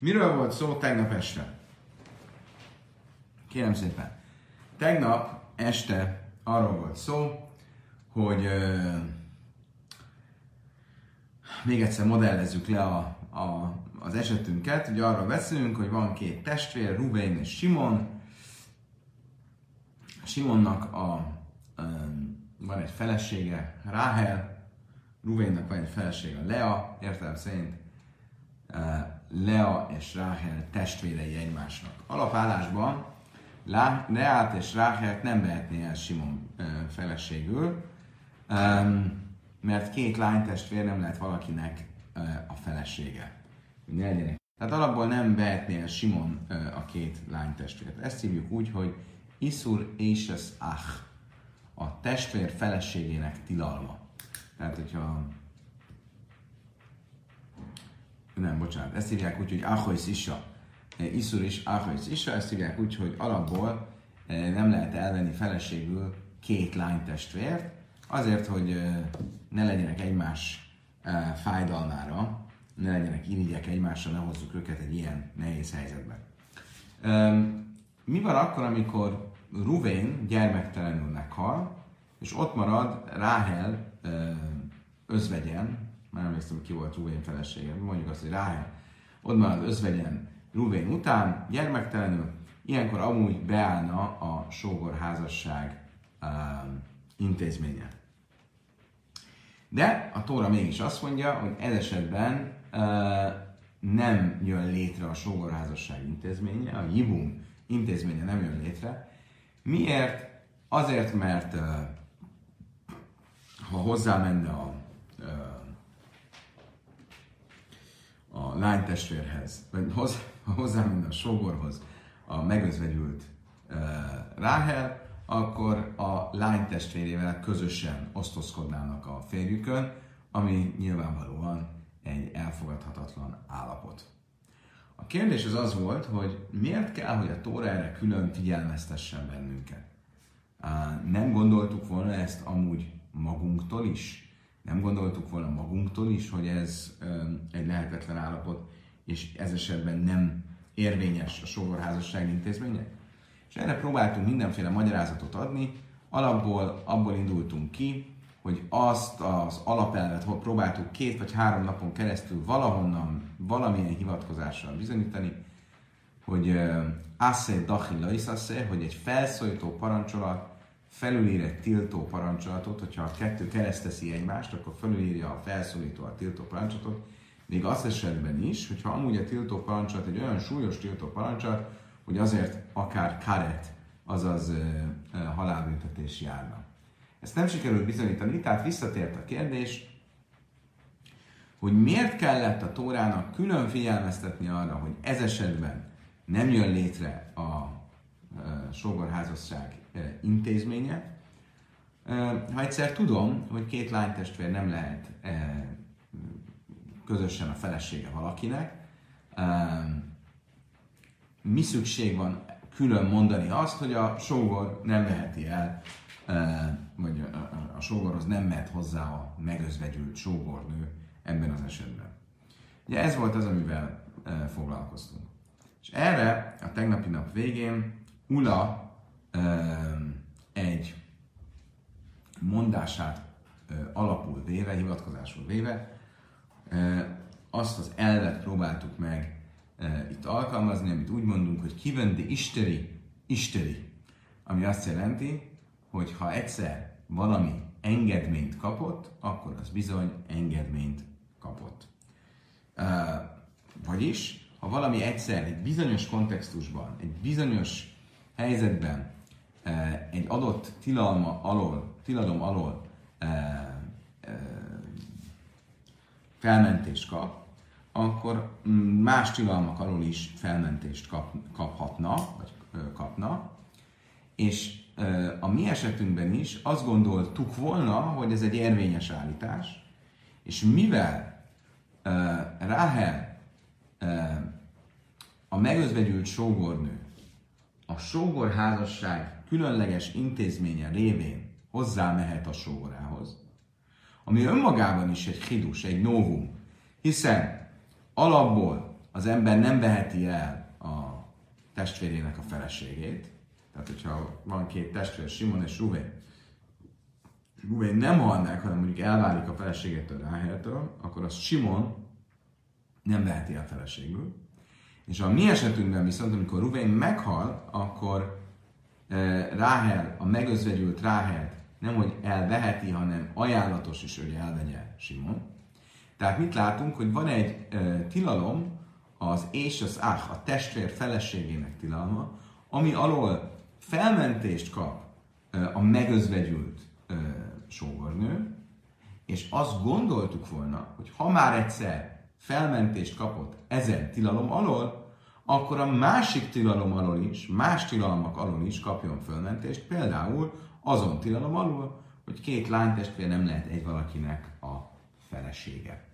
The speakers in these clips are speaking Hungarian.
Miről volt szó tegnap este? Kérem szépen. Tegnap este arról volt szó, hogy még egyszer modellezzük le az esetünket. Ugye arról beszélünk, hogy van két testvér, Ruvén és Simon. Simonnak van egy felesége, Ráhel. Ruvénnak van egy felesége, Lea. Értelem szerint Lea és Ráhel testvérei egymásnak. Alapállásban Leát és Ráhelt nem vehetné el Simon feleségül, mert két lánytestvér nem lehet valakinek a felesége. Tehát alapból nem vehetné el Simon a két lánytestvért. Ezt hívjuk úgy, hogy Iszur Éses Ach, a testvér feleségének tilalma. Tehát, hogyha ezt hívják úgy, hogy Achois Isha. Iszur is Achois Isha, ezt hívják úgy, hogy alapból nem lehet elvenni feleségül két lánytestvért, azért, hogy ne legyenek egymás fájdalmára, ne legyenek irigyek egymásra, ne hozzuk őket egy ilyen nehéz helyzetbe. Mi van akkor, amikor Ruvén gyermektelenül meghal, és ott marad Ráhel özvegyen, már nem emlékszem, ki volt Ruvén felesége, mondjuk azt, hogy Ráhel ott marad özvegyen Ruvén után, gyermektelenül, ilyenkor amúgy beállna a sógorházasság intézménye. De a Tóra mégis azt mondja, hogy ez esetben nem jön létre a sógorházasság intézménye, a Jibum intézménye nem jön létre. Miért? Azért, mert ha hozzámenne a lánytestvérhez, vagy ha hozzámenne a sógorhoz a megözvegyült Ráhel, akkor a lánytestvérével közösen osztozkodnának a férjükön, ami nyilvánvalóan egy elfogadhatatlan állapot. A kérdés az volt, hogy miért kell, hogy a Tóra erre külön figyelmeztessen bennünket? Nem gondoltuk volna ezt amúgy magunktól is? Nem gondoltuk volna magunktól is, hogy ez egy lehetetlen állapot, és ez esetben nem érvényes a sógorházasság intézménye? És erre próbáltunk mindenféle magyarázatot adni, abból indultunk ki, hogy azt az alapelvet próbáltuk 2 vagy 3 napon keresztül valahonnan, valamilyen hivatkozással bizonyítani, hogy asszé dachi laisasszé, hogy egy felszólító parancsolat felülír egy tiltó parancsolatot, hogyha a kettő kereszteszi egymást, akkor felülírja a felszólító a tiltó parancsolatot, még az esetben is, hogyha amúgy a tiltó parancsolat egy olyan súlyos tiltó parancsolat, hogy azért akár karet, azaz halálbüntetés járna. Ezt nem sikerült bizonyítani, tehát visszatért a kérdés, hogy miért kellett a Tórának külön figyelmeztetni arra, hogy ez esetben nem jön létre a sógorházasság intézménye. Ha egyszer tudom, hogy két lánytestvér nem lehet közösen a felesége valakinek, mi szükség van külön mondani azt, hogy a sógor nem veheti el, vagy a sógorhoz nem mehet hozzá a megözvegyült sógornő ebben az esetben. Ugye ez volt az, amivel foglalkoztunk. És erre a tegnapi nap végén Ula egy mondását alapul véve, hivatkozásul véve, azt az elvet próbáltuk meg itt alkalmazni, amit úgy mondunk, hogy kivendi isteri, ami azt jelenti, hogy ha egyszer valami engedményt kapott, akkor az bizony engedményt kapott. Vagyis, ha valami egyszer egy bizonyos kontextusban, egy bizonyos helyzetben egy adott tilalom alól felmentést kap, akkor más tilalmak alól is felmentést kaphatna, vagy kapna, és a mi esetünkben is azt gondoltuk volna, hogy ez egy érvényes állítás, és mivel Ráhel a megözvegyült sógornő a sógorházasság különleges intézménye révén hozzámehet a sógorához, ami önmagában is egy hidus, egy novum, hiszen alapból az ember nem veheti el a testvérének a feleségét. Tehát, hogyha van két testvér, Simon és Ruvén nem hal meg, hanem mondjuk elválik a feleségétől, Ráheltől, akkor az Simon nem veheti el feleségül. És a mi esetünkben viszont, amikor Ruvén meghal, akkor Ráhel, a megözvegyült Ráhelt nemhogy elveheti, hanem ajánlatos is, hogy elvegye Simon. Tehát mit látunk, hogy van egy tilalom, az és az a testvér feleségének tilalma, ami alól felmentést kap a megözvegyült sógornő, és azt gondoltuk volna, hogy ha már egyszer felmentést kapott ezen tilalom alól, akkor a másik tilalom alól is, más tilalmak alól is kapjon felmentést, például azon tilalom alól, hogy két lánytestvér nem lehet egy valakinek a felesége.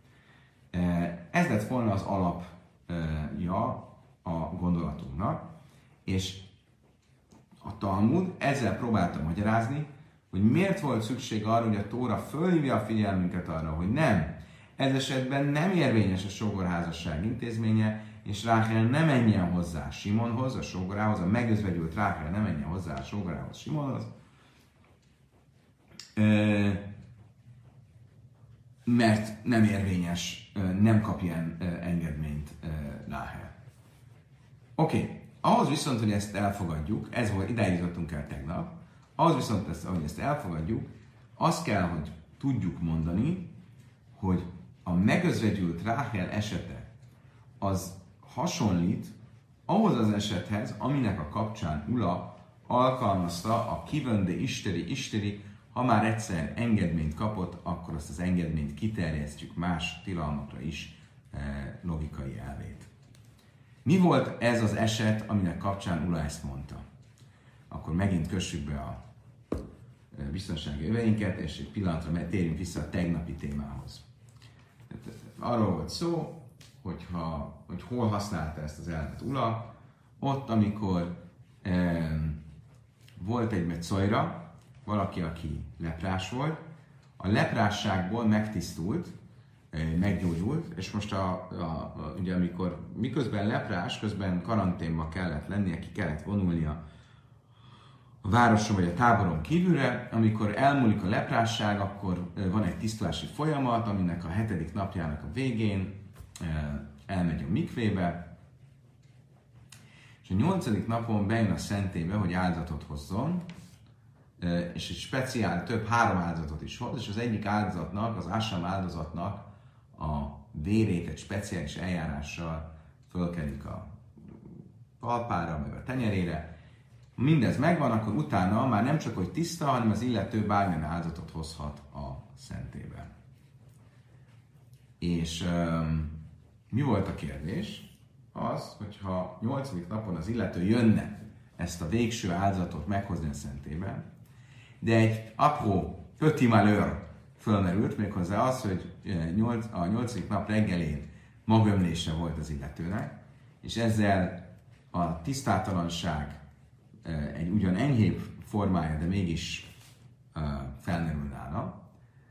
Ez lett volna az alapja a gondolatunknak, és a Talmud ezzel próbálta magyarázni, hogy miért volt szükség arra, hogy a Tóra fölhívja a figyelmünket arra, hogy nem, ez esetben nem érvényes a sógorházasság intézménye, és Ráhel ne menjen hozzá Simonhoz, a sógorához, a megözvegyült Ráhel ne menjen hozzá a sógorához, Simonhoz, mert nem érvényes, nem kap ilyen engedményt Ráhel. Oké. Ahhoz viszont, hogy ezt elfogadjuk, ez volt, idáig jutottunk el tegnap, ahhoz viszont, hogy ezt elfogadjuk, azt kell, hogy tudjuk mondani, hogy a megözvegyült Ráhel esete az hasonlít ahhoz az esethez, aminek a kapcsán Ula alkalmazta a kivönde isteri, ha már egyszer engedményt kapott, akkor azt az engedményt kiterjesztjük más tilalmakra is logikai elvét. Mi volt ez az eset, aminek kapcsán Ula ezt mondta? Akkor megint kössük be a biztonsági öveinket, és egy pillanatra térjünk vissza a tegnapi témához. Arról volt szó, hogy hol használta ezt az elvet Ula, ott, amikor volt egy metszojra, valaki, aki leprás volt, a leprásságból megtisztult, meggyógyult, és most ugye amikor miközben leprás, közben karanténba kellett lennie, ki kellett vonulnia a városon vagy a táboron kívülre, amikor elmúlik a leprásság, akkor van egy tisztulási folyamat, aminek a 7. napjának a végén elmegy a mikvébe, és a 8. napon bejön a szentélybe, hogy áldozatot hozzon, és egy speciál, három áldozatot is hoz, és az egyik áldozatnak, az Ásam áldozatnak a vérét egy speciális eljárással fölkelik a talpára, meg a tenyerére. Mindez megvan, akkor utána már nem csak, hogy tiszta, hanem az illető bármilyen áldozatot hozhat a szentélyben. És mi volt a kérdés? Az, hogyha 8. napon az illető jönne ezt a végső áldozatot meghozni a szentélyben, de egy apró petit malheur fölmerült, méghozzá az, hogy a 8. nap reggelén magömlése volt az illetőnek, és ezzel a tisztátalanság egy ugyan enyhébb formája, de mégis felmerül nála,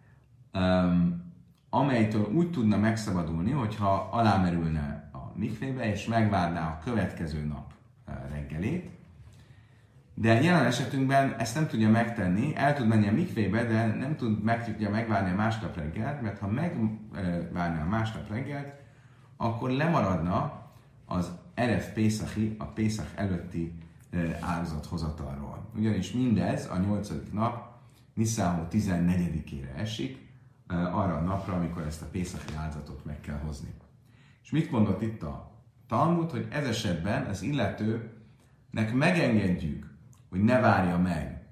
amelytől úgy tudna megszabadulni, hogyha alámerülne a mikvébe, és megvárná a következő nap reggelét. De jelen esetünkben ezt nem tudja megtenni, el tud menni a mikvébe, de nem tudja megvárni a másnap reggelt, mert ha megvárná a másnap reggelt, akkor lemaradna az Erev Pészachi, a Pészach előtti áldozathozatalról. Ugyanis mindez a 8. nap Niszán 14-ére esik, arra a napra, amikor ezt a Pészachi áldozatot meg kell hozni. És mit mondott itt a Talmud, hogy ez esetben az illetőnek megengedjük, hogy ne várja meg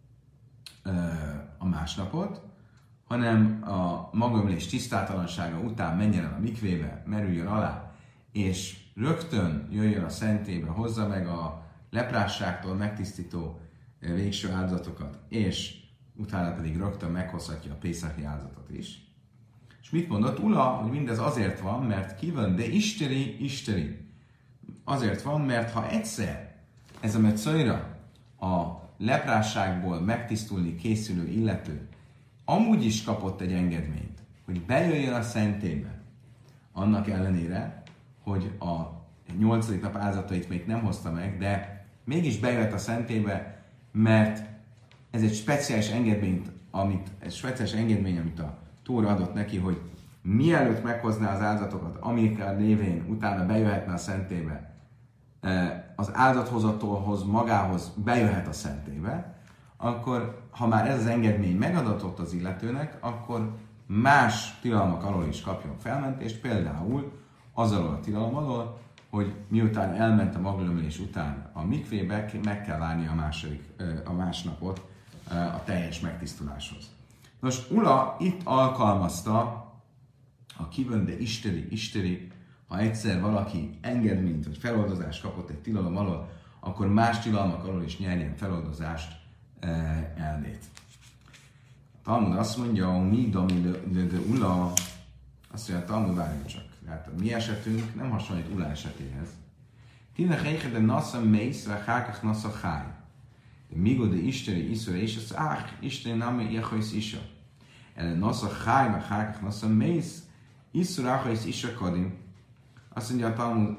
a másnapot, hanem a magömlés tisztátalansága után menjen el a mikvébe, merüljön alá, és rögtön jöjjön a szentélybe, hozza meg a leprásságtól megtisztító végső áldozatokat, és utána pedig rögtön meghozhatja a Pészachi áldozatot is. És mit mondott Ula, hogy mindez azért van, mert kivön, de isteri. Azért van, mert ha egyszer ez a metszojra, a leprásságból megtisztulni készülő illető amúgy is kapott egy engedményt, hogy bejöjjön a szentélybe, annak ellenére, hogy a 8. nap áldozatait még nem hozta meg, de mégis bejöhet a szentélybe, mert ez egy speciális engedmény, amit a Tóra adott neki, hogy mielőtt meghozná az áldozatokat, amikor révén utána bejöhetne a szentélybe, az áldozathozatolhoz magához bejöhet a szentélybe, akkor ha már ez az engedmény megadatott az illetőnek, akkor más tilalmak alól is kapjon felmentést, például az alól a tilalom alól, hogy miután elment a magölömlés után a mikvébe, meg kell várni a másnapot a teljes megtisztuláshoz. Nos, Ula itt alkalmazta a kivönde isteri, ha egyszer valaki engedményt vagy feloldozást kapott egy tilalom alól, akkor más tilalmak alól is nyerjen feloldozást elvét. A Talmud azt mondja, hogy mi de Ula, azt mondja, a Talmud várjon csak. Tehát a mi esetünk nem hasonlít Ula esetéhez. Tinek eichede nasza mész, vagy hákach nasza cháj. De migo de isteri iszore és az isteri name iachajsz isa. Ellen nasza cháj, vagy hákach nasza mész, iszore achajsz isa kadim. Azt mondja a Talmud,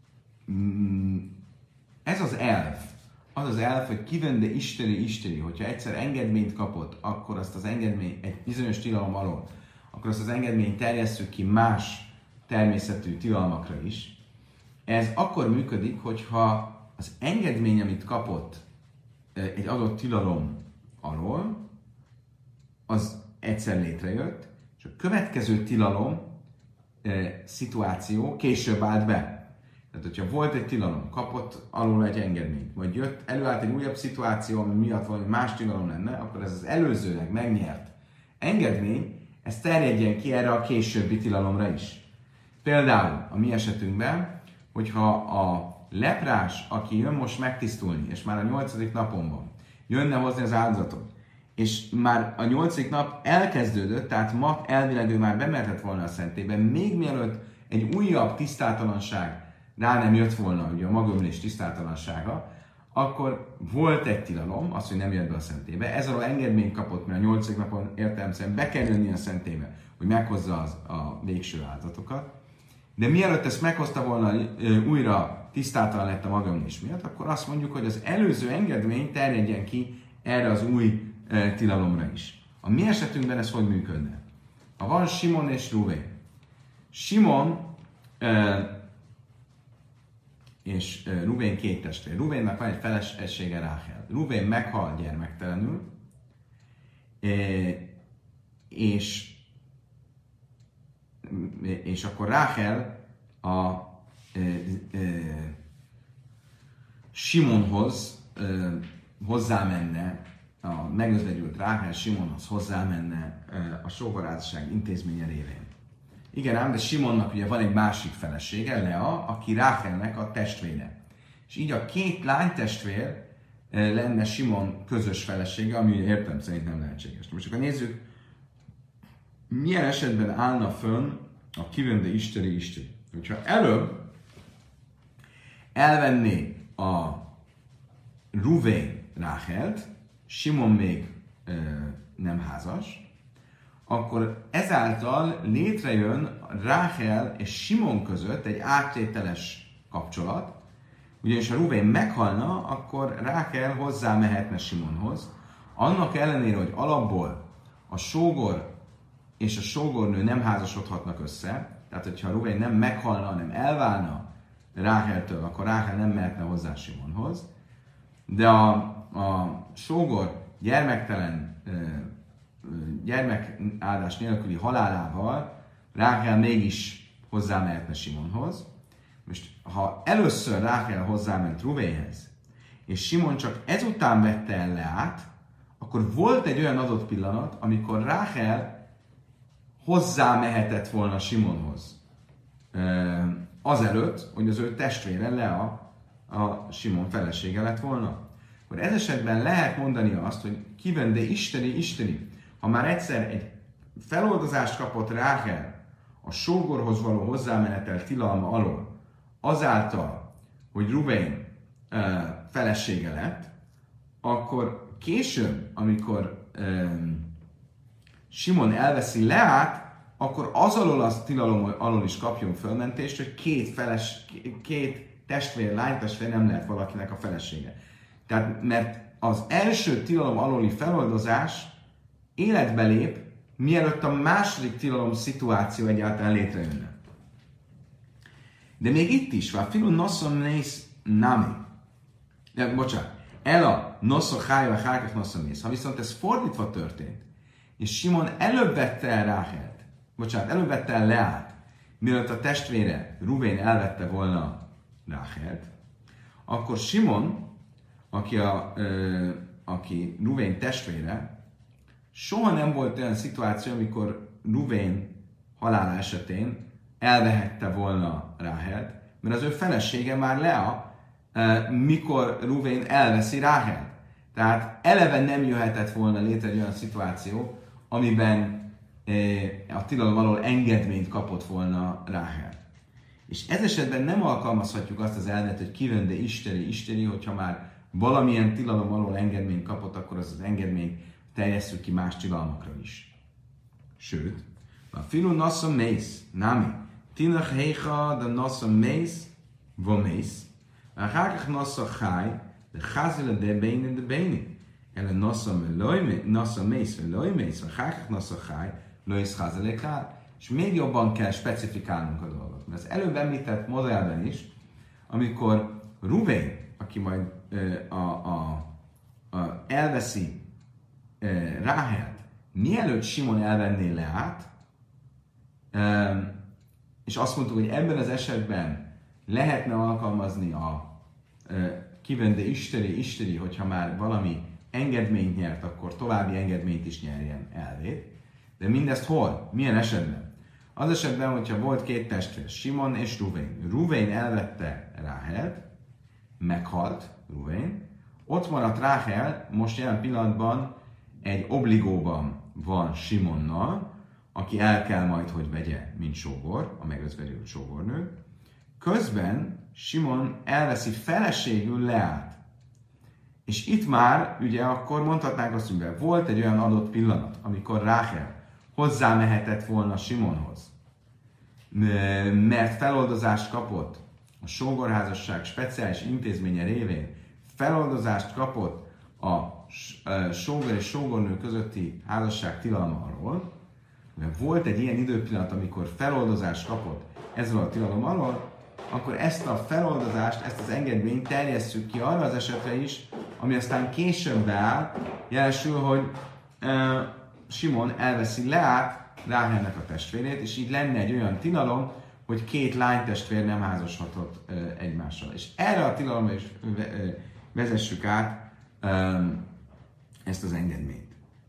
ez az elf, hogy kivende isteri, hogyha egyszer engedményt kapott, akkor azt az engedményt, egy bizonyos tilalom alól, akkor azt az engedményt terjesszük ki más természetű tilalmakra is. Ez akkor működik, hogyha az engedmény, amit kapott egy adott tilalom alól, az egyszer létrejött, és a következő tilalom szituáció később állt be. Tehát, hogyha volt egy tilalom, kapott alul egy engedményt, vagy előállt egy újabb szituáció, ami miatt valami más tilalom lenne, akkor ez az előzőleg megnyert engedmény, ez terjedjen ki erre a későbbi tilalomra is. Például a mi esetünkben, hogyha a leprás, aki jön most megtisztulni, és már a 8. napon van, jönne hozni az áldozatot, és már a 8. nap elkezdődött, tehát ma elvileg ő már bemerhet volna a szentélybe, még mielőtt egy újabb tisztátalanság rá nem jött volna, ugye a magömlés tisztátalansága, akkor volt egy tilalom, az, hogy nem jött be a szentélybe. Ez alól engedményt kapott, mert a 8. napon értelemszerűen be kell jönni a szentélybe, hogy meghozza a végső áldozatokat. De mielőtt ezt meghozta volna, újra tisztátalan lett a magömlés miatt, akkor azt mondjuk, hogy az előző engedmény terjedjen ki erre az új tilalomra is. A mi esetünkben ez hogy működne? Ha van Simon és Ruvén. Simon és Ruvén két testvér. Ruvénnak van egy felesége, Ráhel. Ruvén meghal gyermektelenül, és akkor Ráhel a Simonhoz hozzámenne, a megözvegyült Ráhel Simonhoz hozzámenne a sógorházasság intézménye révén. Igen ám, de Simonnak ugye van egy másik felesége, Lea, aki Ráhelnek a testvére. És így a két lánytestvér lenne Simon közös felesége, ami értem szerint nem lehetséges. Most akkor nézzük, milyen esetben állna fönn a kivönde isteri. Hogyha előbb elvenné a Ruvén Ráhelt, Simon még nem házas, akkor ezáltal létrejön Ráhel és Simon között egy áttételes kapcsolat, ugyanis ha Ruvén meghalna, akkor Ráhel hozzá mehetne Simonhoz. Annak ellenére, hogy alapból a sógor és a sógornő nem házasodhatnak össze, tehát hogyha Ruvén nem meghalna, hanem elválna Ráheltől, akkor Ráhel nem mehetne hozzá Simonhoz, de a sógor gyermektelen, gyermekáldás nélküli halálával Ráhel mégis hozzámehetne Simonhoz. Most, ha először Ráhel hozzáment Ruvénhez, és Simon csak ezután vette el Leát, akkor volt egy olyan adott pillanat, amikor Ráhel hozzámehetett volna Simonhoz. Azelőtt, hogy az ő testvére Lea a Simon felesége lett volna. Akkor ez esetben lehet mondani azt, hogy kivende isteni, ha már egyszer egy feloldozást kapott Ráhel a sógorhoz való hozzámenetel tilalma alól, azáltal, hogy Ruvén felesége lett, akkor később, amikor Simon elveszi Leát, akkor az alól a tilalom alól is kapjon fölmentést, hogy két testvér, lánytestvér nem lehet valakinek a felesége. Tehát, mert az első tilalom alóli feloldozás életbe lép, mielőtt a második tilalom szituáció egyáltalán létrejönne. De még itt is van, filu noszom néz nami. Ela noszom hájva, hárkak noszom néz. Ha viszont ez fordítva történt, és Simon előbb vette el Ráhelt, előbb vette el Leát, mielőtt a testvére Ruvén elvette volna Ráhelt, akkor Simon, aki Ruvén testvére, soha nem volt olyan szituáció, amikor Ruvén halála esetén elvehette volna Ráhelt, mert az ő felesége már Lea, mikor Ruvén elveszi Ráhelt. Tehát eleve nem jöhetett volna létre egy olyan szituáció, amiben a tilalom alól engedményt kapott volna Ráhel. És ez esetben nem alkalmazhatjuk azt az elvet, hogy kivende isteri, hogyha már valamilyen tilalom alól engedményt kapott, akkor az engedményt terjesszük ki más tilalmakra is. Sőt, a filu naszom mész, nami, tinach heicha, de naszom mész, vomész, a hákach naszom cháj, de cházile de béni. Ele naszom mész, velőjmész, a hákach naszom cháj, lőjsz cházile kár. És még jobban kell specifikálnunk a dolgot. Mert az előbb említett modellben is, amikor Ruvén, aki majd elveszi Ráhelt, mielőtt Simon elvenné Leát, és azt mondtuk, hogy ebben az esetben lehetne alkalmazni a kivende isteri, hogyha már valami engedményt nyert, akkor további engedményt is nyerjen elvét. De mindezt hol? Milyen esetben? Az esetben, hogyha volt két testvér, Simon és Ruvén. Ruvén elvette Ráhelt, meghalt Ruvén, ott maradt Ráhel, most jelen pillanatban egy obligóban van Simonnal, aki el kell majd, hogy vegye, mint sógor, a megözvegyült sógornő. Közben Simon elveszi feleségül Leát. És itt már, ugye akkor mondhatnánk azt, hogy volt egy olyan adott pillanat, amikor Ráhel hozzámehetett volna Simonhoz, mert feloldozást kapott a sógorházasság speciális intézménye révén, feloldozást kapott a sógor és sógornő közötti házasság tilalmáról, mert volt egy ilyen időpillanat, amikor feloldozást kapott ezzel a tilalom alól, akkor ezt a feloldozást, ezt az engedményt terjesszük ki arra az esetre is, ami aztán később beáll, jelesül, hogy Simon elveszi Leát, Ráhelnek a testvérét, és így lenne egy olyan tilalom, hogy két lánytestvér nem házashatott egymással. És erre a tilalomra is vezessük át ezt az engedményt.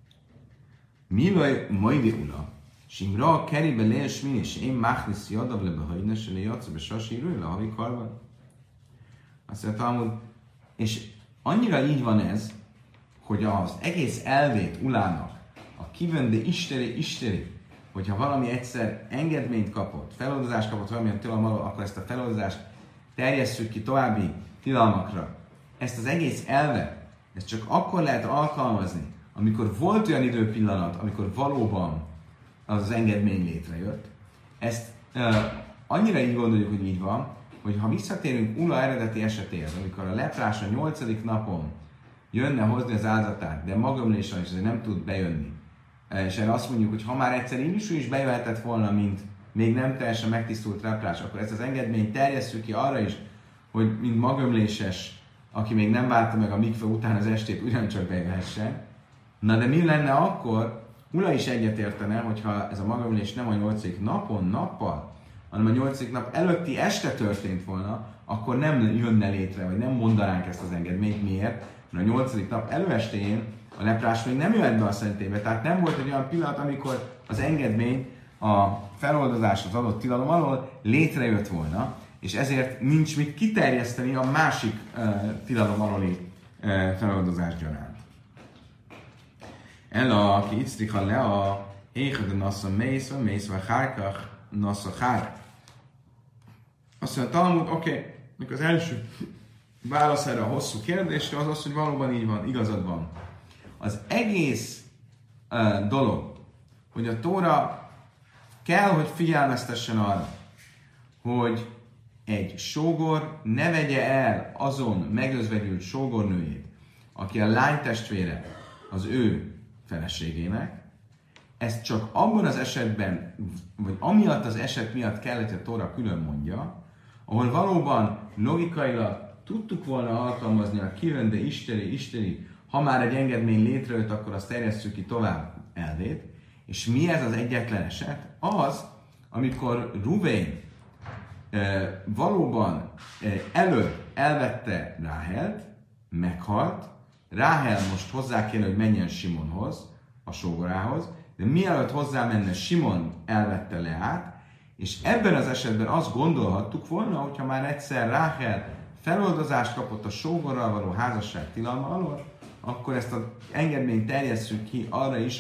Milaj majdi ula, simra keribe leesmin, és én máchnisz jadav lebehajnes, le jatszebe sasírő, le havi karban. Azt mondta, és annyira így van ez, hogy az egész elvét ulának, a kivende isteri, hogyha valami egyszer engedményt kapott, feloldozást kapott valamilyen tilalom alól, akkor ezt a feloldozást terjesszük ki további tilalmakra. Ezt az egész elvet, ezt csak akkor lehet alkalmazni, amikor volt olyan időpillanat, amikor valóban az engedmény létrejött. Ezt annyira így gondoljuk, hogy így van, hogy ha visszatérünk Ula eredeti esetéhez, amikor a leprás a 8. napon jönne hozni az áldozatát, de magömlésen is nem tud bejönni, és erre azt mondjuk, hogy ha már egyszer így is bejöhetett volna, mint még nem teljesen megtisztult leprás, akkor ezt az engedményt terjesszük ki arra is, hogy mint magömléses, aki még nem várta meg a mikve után az estét, ugyancsak bejöhessen. Na de mi lenne akkor? Ula is egyetértene, hogyha ez a magömlés nem a 8. nappal, hanem a 8. nap előtti este történt volna, akkor nem jönne létre, vagy nem mondanánk ezt az engedményt. Miért? Mert a 8. nap előestéjén a leprás még nem jöhet be a szentélybe, tehát nem volt egy olyan pillanat, amikor az engedmény a feloldozás az adott tilalom alól létrejött volna, és ezért nincs mit kiterjeszteni a másik tilalom alóli feloldozás gyaránt. Ela, aki itzricha le a éjjel a nassza mész, vagy hárkach nassza hár. Azt mondja, Talmud, oké, az első válasz erre a hosszú kérdésre az az, hogy valóban így van, igazad van. Az egész dolog, hogy a Tóra kell, hogy figyelmeztessen arra, hogy egy sógor ne vegye el azon megözvegyült sógornőjét, aki a lánytestvére az ő feleségének. Ezt csak abban az esetben, vagy amiatt az eset miatt kellett, hogy a Tóra külön mondja, ahol valóban logikailag tudtuk volna alkalmazni a kijön, de isteni, ha már egy engedmény létrejött, akkor azt terjesszük ki tovább elvét. És mi ez az egyetlen eset? Az, amikor Ruvén valóban előbb elvette Ráhelt, meghalt, Ráhel most hozzá kéne, hogy menjen Simonhoz, a sógorához, de mielőtt hozzámenne, Simon elvette Leát, és ebben az esetben azt gondolhattuk volna, hogyha már egyszer Ráhel feloldozást kapott a sógorral való házasság tilalma alól, akkor ezt az engedményt terjesszük ki arra is,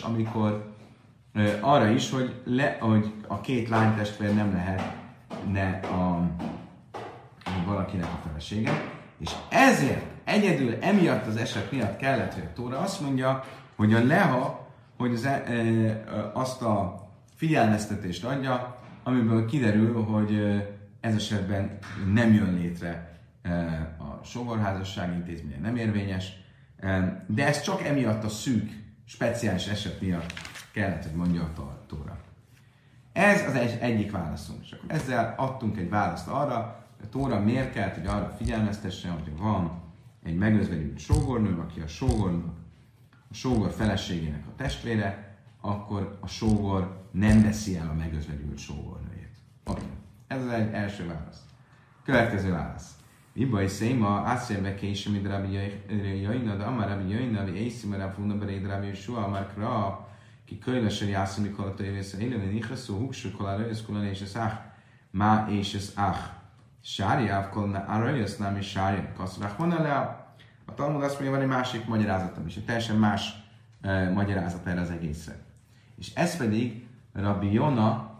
hogy a két lánytestvér nem lehetne valakinek a felesége. És ezért egyedül emiatt az eset miatt kellett, hogy a Tóra azt mondja, hogy a Leha, hogy azt a figyelmeztetést adja, amiből kiderül, hogy ez esetben nem jön létre a sógorházasság intézménye, nem érvényes, de ez csak emiatt a szűk, speciális eset miatt kellett, hogy mondja a Tóra. Ez az egyik válaszunk. És akkor ezzel adtunk egy választ arra, hogy a Tóra miért kellett, hogy arra figyelmeztessen, hogy van egy megözvegyült sógornő, aki a sógor feleségének a testvére, akkor a sógor nem veszi el a megözvegyült sógornőjét. Okay. Ez az első válasz. Következő válasz. Ibai széma, ászérbe késem, mint Rabbi Jaina, de amár Rabbi Jaina, vagy észima Rabbi Funa beréd Rabbi Yeshua, amár Kra, ki kölyvesen jászom, mikor a tévésze élően, nichaszó, huksú, kolá röjjösz, kolá és az ach, má és az ach. Sárjáv, kolá röjjösz, nem is sárjáv, kasszorák van el. A Talmud azt mondja, van egy másik magyarázatom is, egy teljesen más magyarázat erre az egészre. És ez pedig Rabbi Jona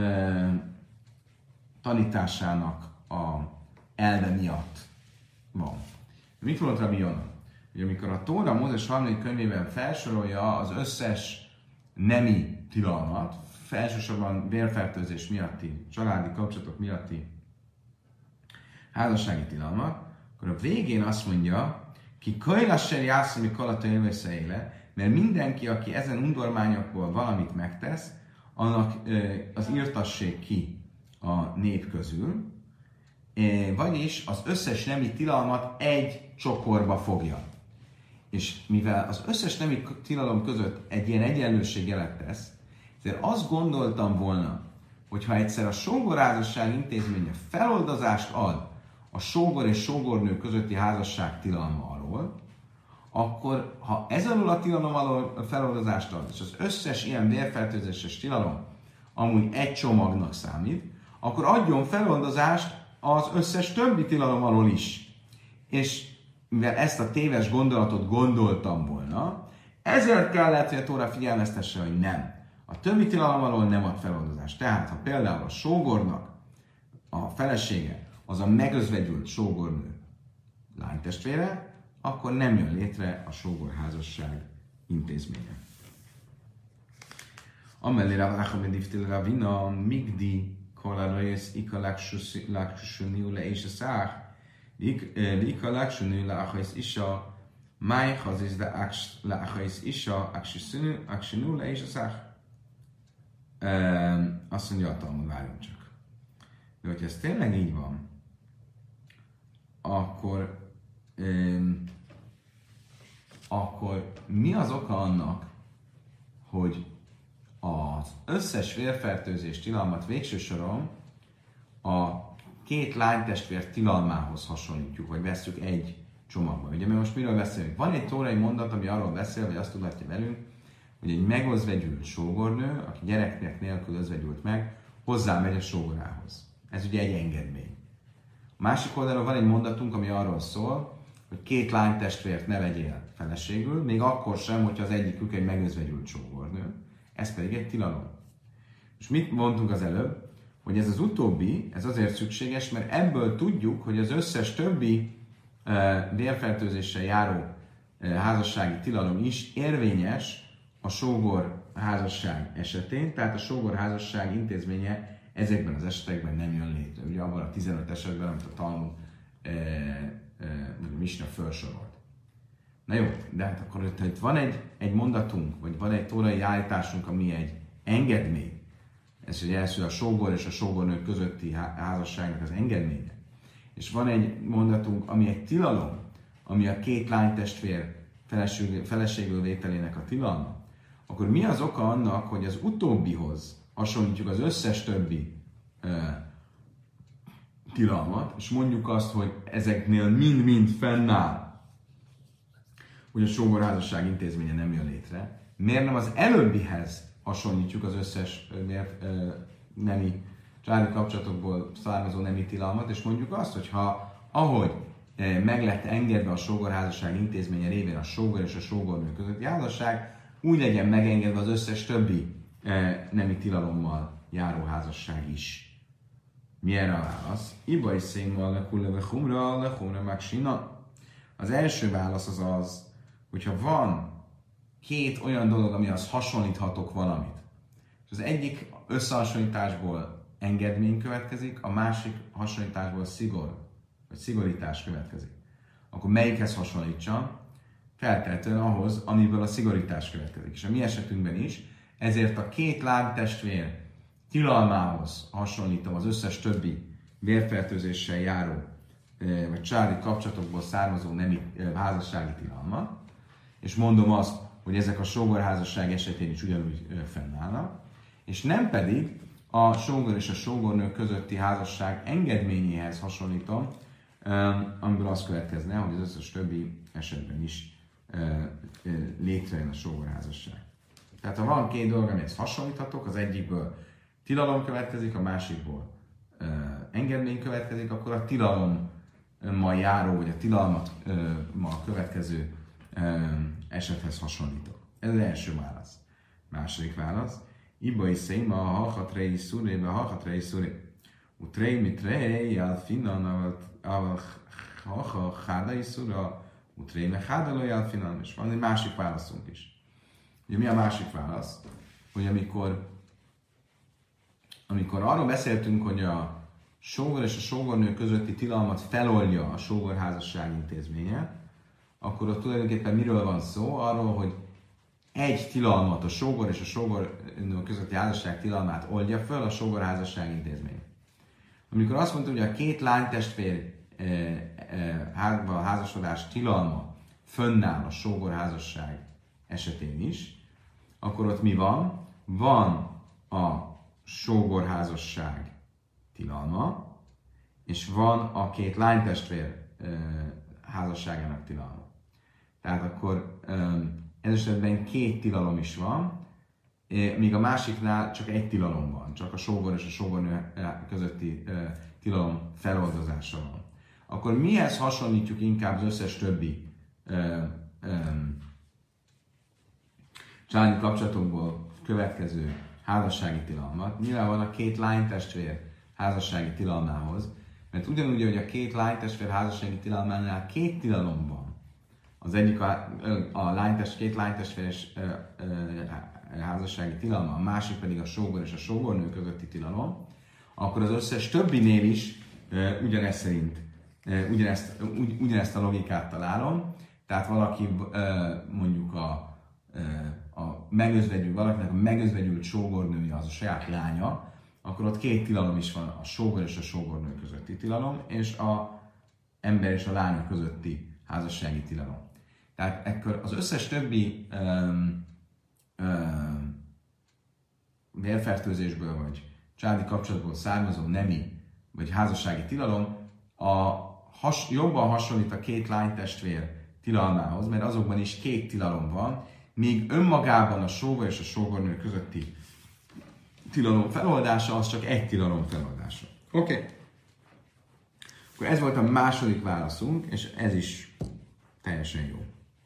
tanításának a elve miatt van. Mit mondott Rabbi Jona? Hogy amikor a Tóra Mózes 3. könyvében felsorolja az összes nemi tilalmat, elsősorban vérfertőzés miatti, családi kapcsolatok miatti házassági tilalmat, akkor a végén azt mondja, ki kölylasser jászami kalata élvészeéle, mert mindenki, aki ezen undormányokból valamit megtesz, annak az írtassék ki a nép közül, vagyis az összes nemi tilalmat egy csokorba fogja. És mivel az összes nemi tilalom között egy ilyen egyenlőség jelet tesz, ezért azt gondoltam volna, hogy ha egyszer a sógorházasság intézménye feloldozást ad a sógor és sógornő közötti házasság tilalma alól, akkor ha ez alól a tilalom alól feloldozást ad, és az összes ilyen vérfertőzéses tilalom amúgy egy csomagnak számít, akkor adjon feloldozást az összes többi tilalom alól is. És mivel ezt a téves gondolatot gondoltam volna, ezért kellett, hogy a Tóra figyelmeztesse, hogy nem. A többi tilalom alól nem ad feloldozást. Tehát, ha például a sógornak a felesége az a megözvegyült sógornő lánytestvére, akkor nem jön létre a sógorházasság intézménye. Amellé Rav Achmed Iftil Ravina Migdi Kolarayes Ika Lakshuniu Le és a Szách Ika Lakshuniu Le Achais Isa Máj Hazis Le Achais Isa Akshinu Le és a Szách. Azt mondja a Talmud, várjunk csak. De hogyha ez tényleg így van, akkor mi az oka annak, hogy az összes vérfertőzés tilalmat végső soron a két lánytestvér tilalmához hasonlítjuk, vagy vesszük egy csomagba. Ugye mi most miről beszélünk? Van egy tórai mondat, ami arról beszél, vagy azt tudatja velünk, hogy egy megözvegyült sógornő, aki gyereknek nélkül özvegyült meg, hozzámegy a sógorához. Ez ugye egy engedmény. A másik oldalon van egy mondatunk, ami arról szól, hogy két lánytestvért ne vegyél feleségül, még akkor sem, hogyha az egyikük egy megözvegyült sógornő. Ez pedig egy tilalom. És mit mondtunk az előbb? Hogy ez az utóbbi, ez azért szükséges, mert ebből tudjuk, hogy az összes többi vérfertőzéssel járó házassági tilalom is érvényes a sógor házasság esetén, tehát a sógorházasság intézménye ezekben az esetekben nem jön létre. Ugye abban a 15 esetben, amit a Talmud Misna felsorolt. Na jó, de hát akkor ha itt van egy mondatunk, vagy van egy tórai állításunk, ami egy engedmény, ez ugye első a sógor és a sógornő közötti házasságnak az engedménye, és van egy mondatunk, ami egy tilalom, ami a két lánytestvér feleségül vételének a tilalma, akkor mi az oka annak, hogy az utóbbihoz hasonlítjuk az összes többi tilalmat, és mondjuk azt, hogy ezeknél mind-mind fennáll, hogy a sógorházasság intézménye nem jön létre. Miért nem az előbbihez hasonlítjuk az összes nemi családi kapcsolatokból származó nemi tilalmat, és mondjuk azt, hogy ha ahogy meg lett engedve a sógorházasság intézménye révén a sógor és a sógornő közötti házasság, úgy legyen megengedve az összes többi nemi tilalommal járó házasság is. Mi erre a válasz? Iba is szénval lehumra magsina. Az első válasz az, hogyha van két olyan dolog, amihez hasonlíthatok valamit, és az egyik összehasonlításból engedmény következik, a másik hasonlításból szigor, vagy szigorítás következik, akkor melyikhez hasonlítsam? Feltétlenül ahhoz, amiből a szigorítás következik. És a mi esetünkben is, ezért a két lábtestvér tilalmához hasonlítom az összes többi vérfertőzéssel járó, vagy családi kapcsolatokból származó nemi házassági tilalmat, és mondom azt, hogy ezek a sógorházasság esetén is ugyanúgy fennállnak, és nem pedig a sógor és a sógornő közötti házasság engedményéhez hasonlítom, amiből az következne, hogy az összes többi esetben is létrejön a sógorházasság. Tehát ha van két dolog, amihez hasonlíthatok, az egyikből tilalom következik, a másikból engedmény következik, akkor a tilalommal járó, vagy a tilalmatmal következő esethez hasonlítok. Ez az első válasz. Második válasz. Iba is széma a hachatrei szurébe, a hachatrei szuré. Utrei mitrei, al finnan, al hacha hádai szura, utrei me hádalói al finnan. És van egy másik válaszunk is. Ugye mi a másik válasz? Hogy amikor arról beszéltünk, hogy a sógor és a sógornő közötti tilalmat feloldja a sógorházasság intézménye, akkor ott tulajdonképpen miről van szó? Arról, hogy egy tilalmat, a sógor és a sógornő közötti házasság tilalmát oldja föl a sógorházasság intézménye. Amikor azt mondtuk, hogy a két lánytestvér házasodás tilalma fönnáll a sógorházasság esetén is, akkor ott mi van? Van a sógorházasság tilalma, és van a két lánytestvér házasságának tilalma. Tehát akkor ez esetben két tilalom is van, míg a másiknál csak egy tilalom van, csak a sógor és a sógornő közötti tilalom feloldozása van. Akkor mihez hasonlítjuk inkább az összes többi családi kapcsolatokból következő házassági tilalmat? Nyilván a két lánytestvér házassági tilalmához, mert ugyanúgy, hogy a két lánytestvér házassági tilalmánál két tilalom van. Az egyik két lánytestvéres házassági tilalma, a másik pedig a sógor és a sógornő közötti tilalom, akkor az összes többinél is ugyanezt a logikát találom. Tehát valaki mondjuk valakinek a megözvegyült sógornője az a saját lánya, akkor ott két tilalom is van, a sógor és a sógornő közötti tilalom, és a ember és a lánya közötti házassági tilalom. Tehát ekkor az összes többi vérfertőzésből vagy családi kapcsolatból származó nemi vagy házassági tilalom jobban hasonlít a két lánytestvér tilalmához, mert azokban is két tilalom van, míg önmagában a sógor és a sógornő közötti tilalom feloldása az csak egy tilalom feloldása. Oké. Akkor ez volt a második válaszunk, és ez is teljesen jó.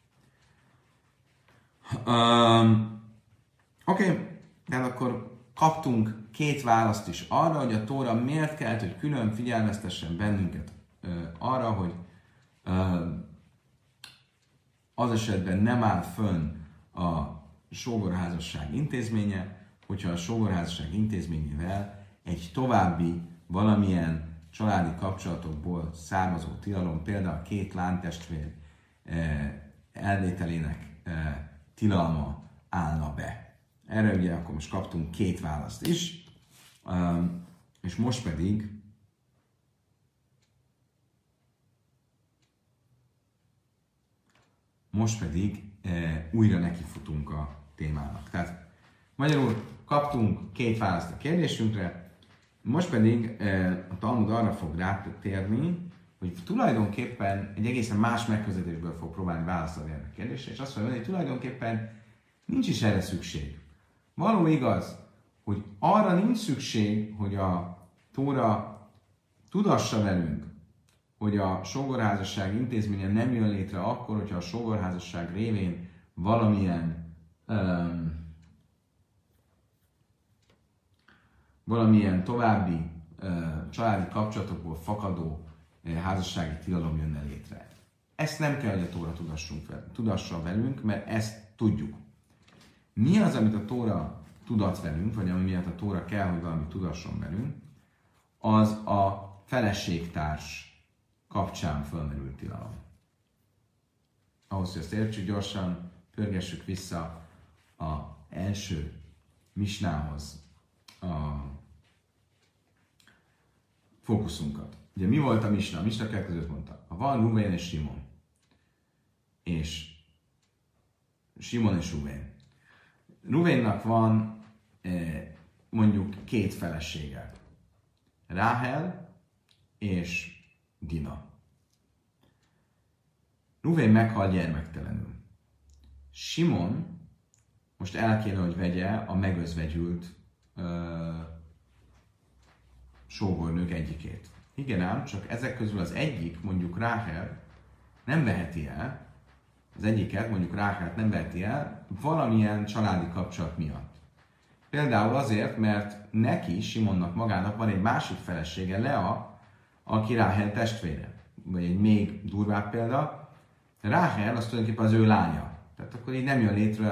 Oké. Tehát akkor kaptunk két választ is arra, hogy a Tóra miért kellett, hogy külön figyelmeztessen bennünket arra, hogy az esetben nem áll fönn a sógorházasság intézménye, hogyha a sógorházasság intézményével egy további valamilyen családi kapcsolatokból származó tilalom, például két lántestvér elvételének tilalma állna be. Erre ugye akkor most kaptunk két választ is, és most pedig újra nekifutunk a témának. Tehát magyarul kaptunk két választ a kérdésünkre, most pedig a Talmud arra fog rátérni, hogy tulajdonképpen egy egészen más megközelítésből fog próbálni válaszolni erre a kérdésre, és azt mondja, hogy tulajdonképpen nincs is erre szükség. Való igaz, hogy arra nincs szükség, hogy a Tóra tudassa velünk, hogy a sógorházasság intézménye nem jön létre akkor, hogyha a sógorházasság révén valamilyen további családi kapcsolatokból fakadó házassági tilalom jönne létre. Ezt nem kell, hogy a Tóra tudassa velünk, mert ezt tudjuk. Mi az, amit a Tóra tudat velünk, vagy ami miatt a Tóra kell, hogy valami tudasson velünk, az a feleségtárs kapcsán fölmerült tilalom. Ahhoz, hogy ezt értsük, gyorsan pörgessük vissza az első misnához a fókuszunkat. Ugye mi volt a misna? A misna között mondta, ha van Ruvén és Simon, és Simon és Ruvén. Ruvénnak van mondjuk két felesége. Ráhel és Dina. Ruvén meghal gyermektelenül. Simon most el kéne, hogy vegye a megözvegyült sógornők egyikét. Igen ám, csak ezek közül az egyik, mondjuk Ráhel, nem veheti el, az egyiket, mondjuk Ráhelt nem veheti el valamilyen családi kapcsolat miatt. Például azért, mert neki, Simonnak magának van egy másik felesége, Lea, aki Ráhel testvére. Vagy egy még durvább példa, Ráhel az tulajdonképpen az ő lánya. Tehát akkor így nem jön létre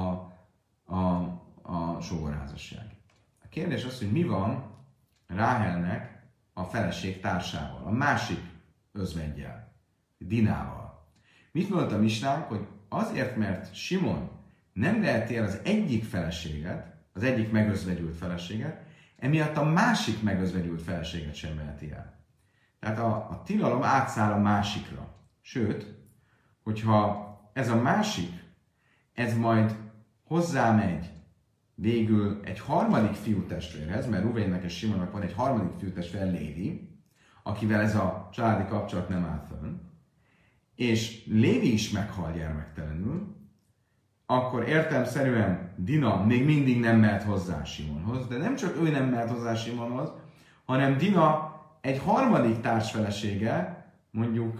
a sógorházasság. A kérdés az, hogy mi van Ráhelnek a feleség társával, a másik özveggyel, Dinával. Mit mondott a misnánk, hogy azért, mert Simon nem veheti el az egyik feleséget, az egyik megözvegyült feleséget, emiatt a másik megözvegyült feleséget sem veheti el. Tehát a tilalom átszáll a másikra. Sőt, hogyha ez a másik, ez majd hozzámegy végül egy harmadik fiútestvérhez, mert Ruvénnek és Simonnak van egy harmadik fiútestvér, Lévi, akivel ez a családi kapcsolat nem áll fönn, és Lévi is meghal gyermektelenül, akkor értelemszerűen Dina még mindig nem mehet hozzá Simonhoz, de nem csak ő nem mehet hozzá Simonhoz, hanem Dina egy harmadik társfelesége, mondjuk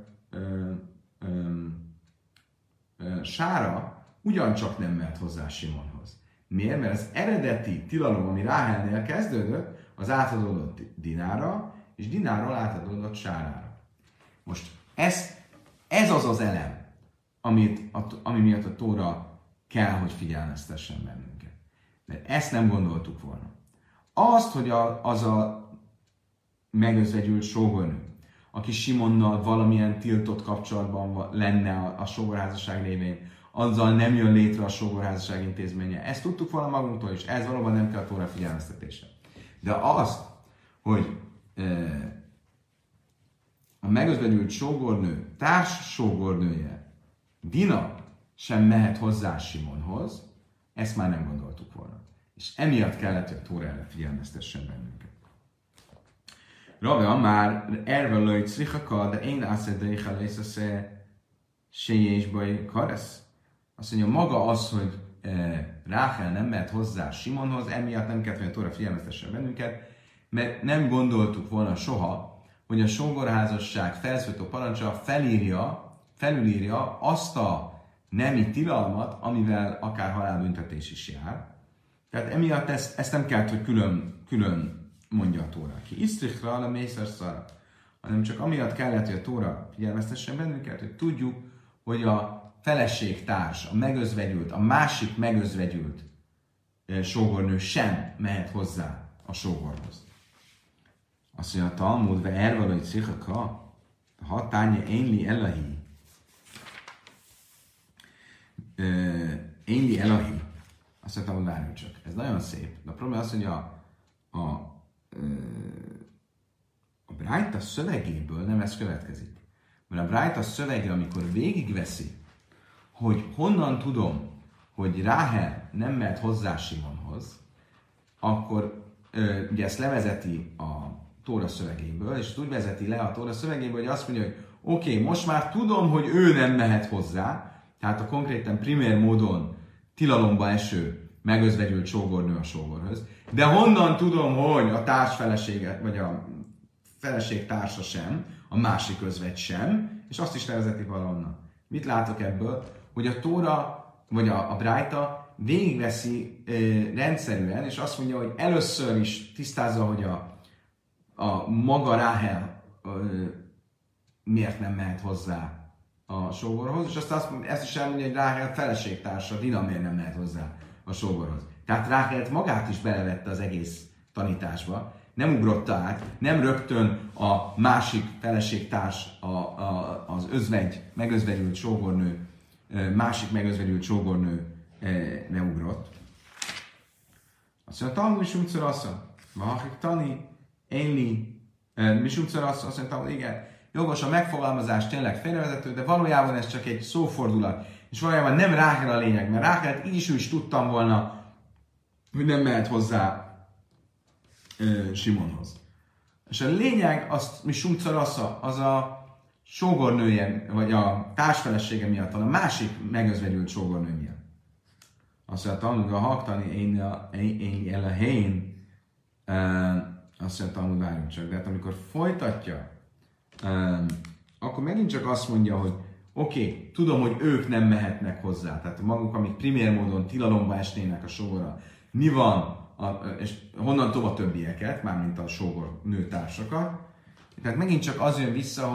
Sára, ugyancsak nem mehet hozzá Simonhoz. Miért? Mert az eredeti tilalom, ami Ráhelnél kezdődött, az átadódott Dinára, és Dináról átadódott Sárára. Most ez az az elem, ami miatt a Tóra kell, hogy figyelmeztessen bennünket. Mert ezt nem gondoltuk volna. Azt, hogy az a megözvegyült sógornő, aki Simonnal valamilyen tiltott kapcsolatban lenne a sógorházasság révén, azzal nem jön létre a sógorházasság intézménye. Ezt tudtuk volna magunktól is, ez valóban nem kell a Tóra figyelmeztetése. De azt, hogy a megözvegyült sógornő, társ sógornője, Dina sem mehet hozzá Simonhoz, ezt már nem gondoltuk volna. És emiatt kellett, hogy a Tóra erre figyelmeztessen bennünket. Rave már erve lőtt szrichaka, de én ászedreicha lészesze séjésbaj karesz. Azt mondja, maga az, hogy Ráhel nem mehet hozzá Simonhoz, emiatt nem kellett, hogy a Tóra figyelmeztessen bennünket, mert nem gondoltuk volna soha, hogy a sógorházasság felszólító parancsa felülírja azt a nemi tilalmat, amivel akár halálbüntetés is jár. Tehát emiatt ezt nem kellett, hogy külön mondja a Tóra ki. Isztrichra a mészarszara, hanem csak amiatt kellett, hogy a Tóra figyelmeztessen bennünket, hogy tudjuk, hogy a feleségtárs, a megözvegyült, a másik megözvegyült sógornő sem mehet hozzá a sógorhoz. Azt mondja, a Talmud, ve ervalai cichaka, ha tánja énli elahi. Énli elahi. Azt mondta, hogy várjunk csak. Ez nagyon szép. De a probléma az, hogy a Brájta szövegéből nem ez következik. Mert a Brájta szövege, amikor végigveszi, hogy honnan tudom, hogy Ráhel nem mehet hozzá Simonhoz, akkor ugye ezt levezeti a Tóra szövegéből, és úgy vezeti le a Tóra szövegéből, hogy azt mondja, hogy oké, most már tudom, hogy ő nem mehet hozzá, tehát a konkrétan primér módon tilalomba eső megözvegyült sógornő a sógorhoz, de honnan tudom, hogy a társfelesége, vagy a feleség társa sem, a másik özvegy sem, és azt is levezeti valahonnan. Mit látok ebből? Hogy a Tóra, vagy a Brájta végigveszi rendszerűen, és azt mondja, hogy először is tisztázza, hogy a maga Ráhel miért nem mehet hozzá a sógorhoz, és aztán ezt is elmondja, hogy Ráhel feleségtársa, Dina miért nem mehet hozzá a sógorhoz. Tehát Ráhelt magát is belevette az egész tanításba, nem ugrotta át, nem rögtön a másik feleségtárs, az özvegy, megözvegyült sógornő, másik megözvegyült sógornő nem ugrott. Azt mondja, Talmud is úgyszor assza, vahakik tani, énli, is úgyszor assza, azt mondja, igen, jogos a megfogalmazás, tényleg félrevezető, de valójában ez csak egy szófordulat, és valójában nem Ráhel a lényeg, mert Ráhelt így is tudtam volna, hogy nem mehet hozzá Simonhoz. És a lényeg, azt mi Sumcarasza, az a sógornője, vagy a társfelesége miatt, a másik megözvegyült sógornő miatt. Azt mondja, hogy a haktani én el a helyén, azt mondja, hogy várjunk csak, de hát amikor folytatja, akkor megint csak azt mondja, hogy oké, tudom, hogy ők nem mehetnek hozzá, tehát maguk, amik primér módon tilalomba esnének a sógorra, mi van, és honnan tovább többieket, mármint a sógor nőtársakat. Tehát megint csak az jön vissza,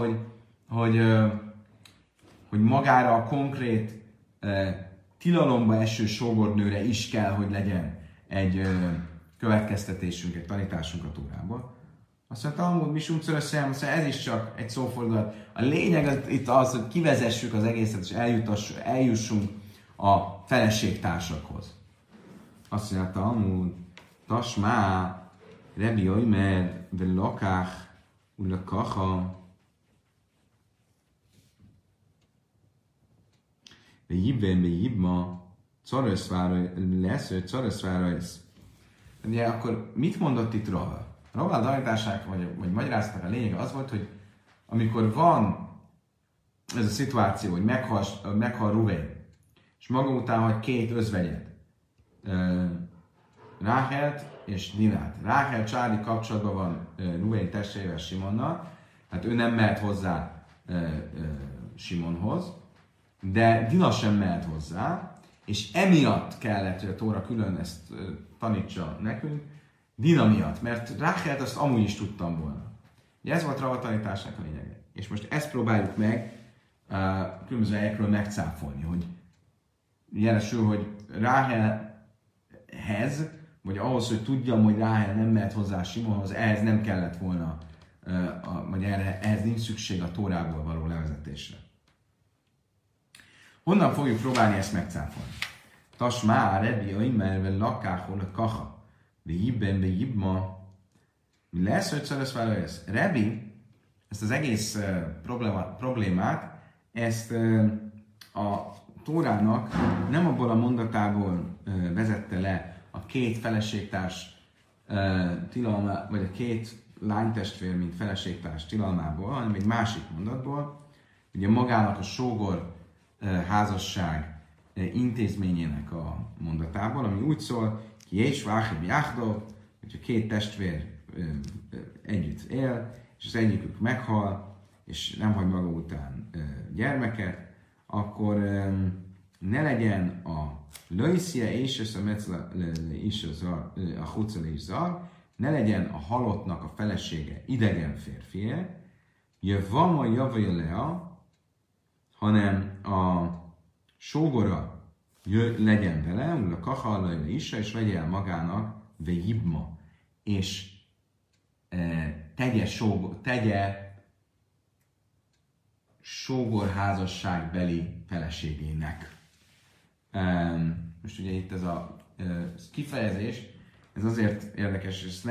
hogy magára a konkrét tilalomba eső sógornőre is kell, hogy legyen egy következtetésünk, egy tanításunk a Tórából. Azt mondja, Talmud, mi sumcörösszem, azt mondja, ez is csak egy szófordulat. A lényeg itt az, hogy kivezessük az egészet, és eljussunk a feleségtársakhoz. Azt mondja, Talmud, Tasmá, Rebi Oimer, Velakach, Ulakacha, Vejibben, Vejibma, Czaröszvárajsz. Ugye akkor mit mondott itt Rava? Rava tanításának, vagy magyarázatnak a lényege az volt, hogy amikor van ez a szituáció, hogy meghal Ruvén, és maga után hagy két özvegyet, Ráhelt és Dinát. Ráhel családi kapcsolatban van Ruvén testvérével, Simonnal, hát ő nem mehet hozzá Simonhoz, de Dina sem mehet hozzá, és emiatt kellett, hogy a Tóra külön ezt tanítsa nekünk, Dina miatt, mert Ráhelt azt amúgy is tudtam volna. Ugye ez volt Rava tanításnak a lényege. És most ezt próbáljuk meg különböző helyekről megcáfolni, hogy jelesül, hogy Ráhelhez, vagy ahhoz, hogy tudjam, hogy Ráhel nem mehet hozzá Simonhoz, ehhez nem kellett volna, vagy ehhez nincs szükség a Tórából való levezetésre. Honnan fogjuk próbálni ezt megcáfolni? Tasmá, Rebi, Oimer, Lakáhol, a Kaha, Vejibben, Vejibma. Mi lesz, hogy szaröszvára ez? Rebi ezt az egész problémát, ezt a Tórának nem abból a mondatából vezette le a két feleségtárs tilalmá, vagy a két lánytestvér, mint feleségtárs tilalmából, hanem egy másik mondatból, ugye magának a sógor házasság intézményének a mondatából, ami úgy szól, ki és váhib jáhdó, hogyha két testvér együtt él, és az egyikük meghal, és nem hagy maga után gyermeket, akkor ne legyen a löjszia és a metzla is a hucel és zar, ne legyen a halottnak a felesége idegen férfie, jövam a javaja lea, hanem sógora legyen vele, a kahallajra is, és vegye el magának vejibma, és tegye sógorházasságbeli feleségének. Most ugye itt ez a kifejezés, ez azért érdekes, és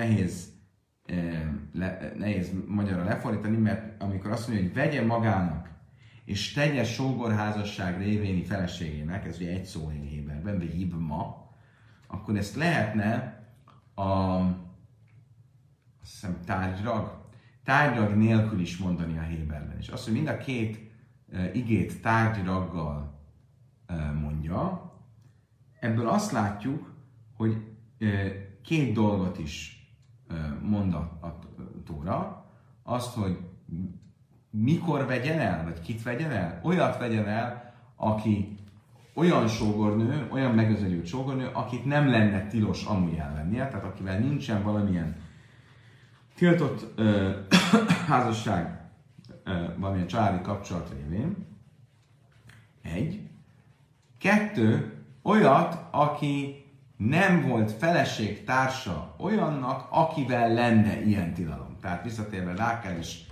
nehéz magyarra lefordítani, mert amikor azt mondja, hogy vegye magának, és tegye sógorházasság révéni feleségének, ez ugye egy szó héberben, vagy hibma, akkor ezt lehetne azt hiszem tárgyrag nélkül is mondani a héberben. És azt, hogy mind a két igét tárgyraggal mondja, ebből azt látjuk, hogy két dolgot is mond a Tóra, azt, hogy mikor vegyen el, vagy kit vegyen el, olyat vegyen el, aki olyan sógornő, olyan megözvegyült sógornő, akit nem lenne tilos amúgy elvennie, tehát akivel nincsen valamilyen tiltott házasság, valamilyen családi kapcsolat révén. 1. 2. Olyat, aki nem volt feleségtársa olyannak, akivel lenne ilyen tilalom. Tehát visszatérve Rákel és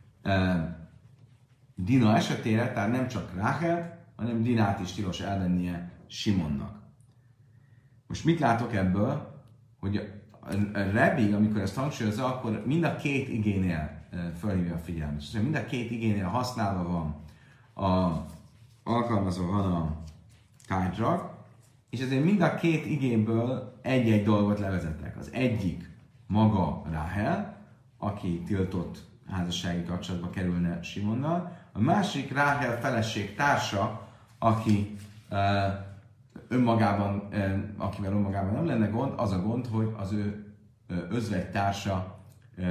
Dina esetére, tehát nem csak Ráchelt, hanem Dinát is tilos elvennie Simonnak. Most mit látok ebből? Hogy a Rebbi, amikor ezt hangsúlyozza, akkor mind a két igénél felhívja a figyelmet. Szóval mind a két igénél használva van alkalmazva van a tárgyrag, és ezért mind a két igéből egy-egy dolgot levezetnek. Az egyik maga Ráhel, aki tiltott házassági kapcsolatba kerülne Simonnal, a másik Ráhel feleség társa, aki akivel önmagában nem lenne gond, az a gond, hogy az ő özvegytársa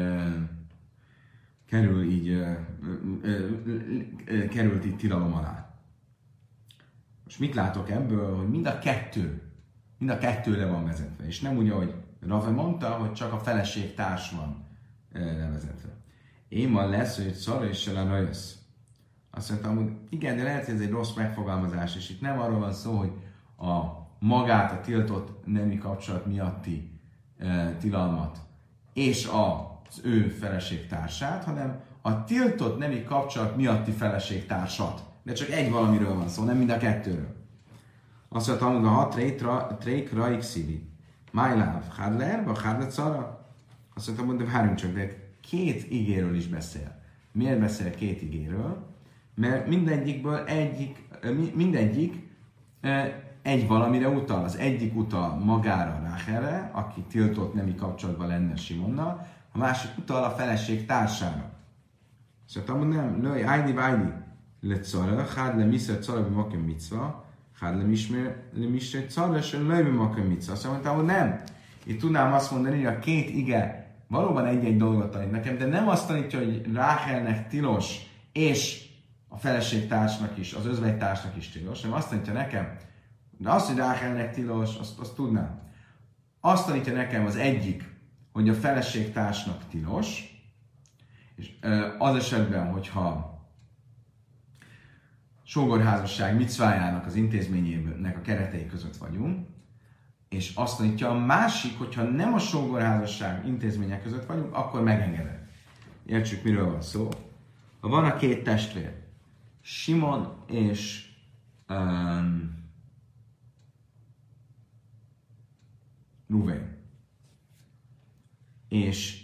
került így tilalom alá. Most mit látok ebből, hogy mind a kettőre van vezetve, és nem úgy, ahogy Rave mondta, hogy csak a feleség társ van levezetve. Én ma lesz, hogy szarra és se jössz. Azt mondtam, hogy igen, de lehet, hogy ez egy rossz megfogalmazás, és itt nem arról van szó, hogy magát a tiltott nemi kapcsolat miatti tilalmat és az ő feleségtársát, hanem a tiltott nemi kapcsolat miatti feleségtársat. De csak egy valamiről van szó, nem mind a kettőről. Azt mondtam, hogy a hat trék raik szívi. Májláv, hádler, vagy hádler szara? Azt mondtam, hogy várjunk csak, de két igéről is beszél. Miért beszél két igéről? Mert mindegyik egy valamire utal. Az egyik utal magára, Ráhelre, aki tiltott nemi kapcsolatban lenne Simonnal, a másik utal a feleség társára. Szóval nem, nőj, ájni, lecara, hád le miszer cara bemakem micva, hád le misre cara, se lőj bemakem micva. Azt mondtam, hogy nem. Itt tudnám azt mondani, hogy a két ige valóban egy-egy dolgot tanít nekem, de nem azt tanítja, hogy Ráhelnek tilos, és a feleségtársnak is, az özvegytársnak is tilos, hanem azt tanítja nekem, de azt, hogy Ráhelnek tilos, azt tudnám. Azt tanítja nekem az egyik, hogy a feleségtársnak tilos, és az esetben, hogyha sógorházasság micvájának az intézményének a keretei között vagyunk, és azt tanítja a másik, hogyha nem a sógorházasság intézmények között vagyunk, akkor megengedett. Értsük, miről van szó. Ha van a két testvér, Simon és Ruvén, és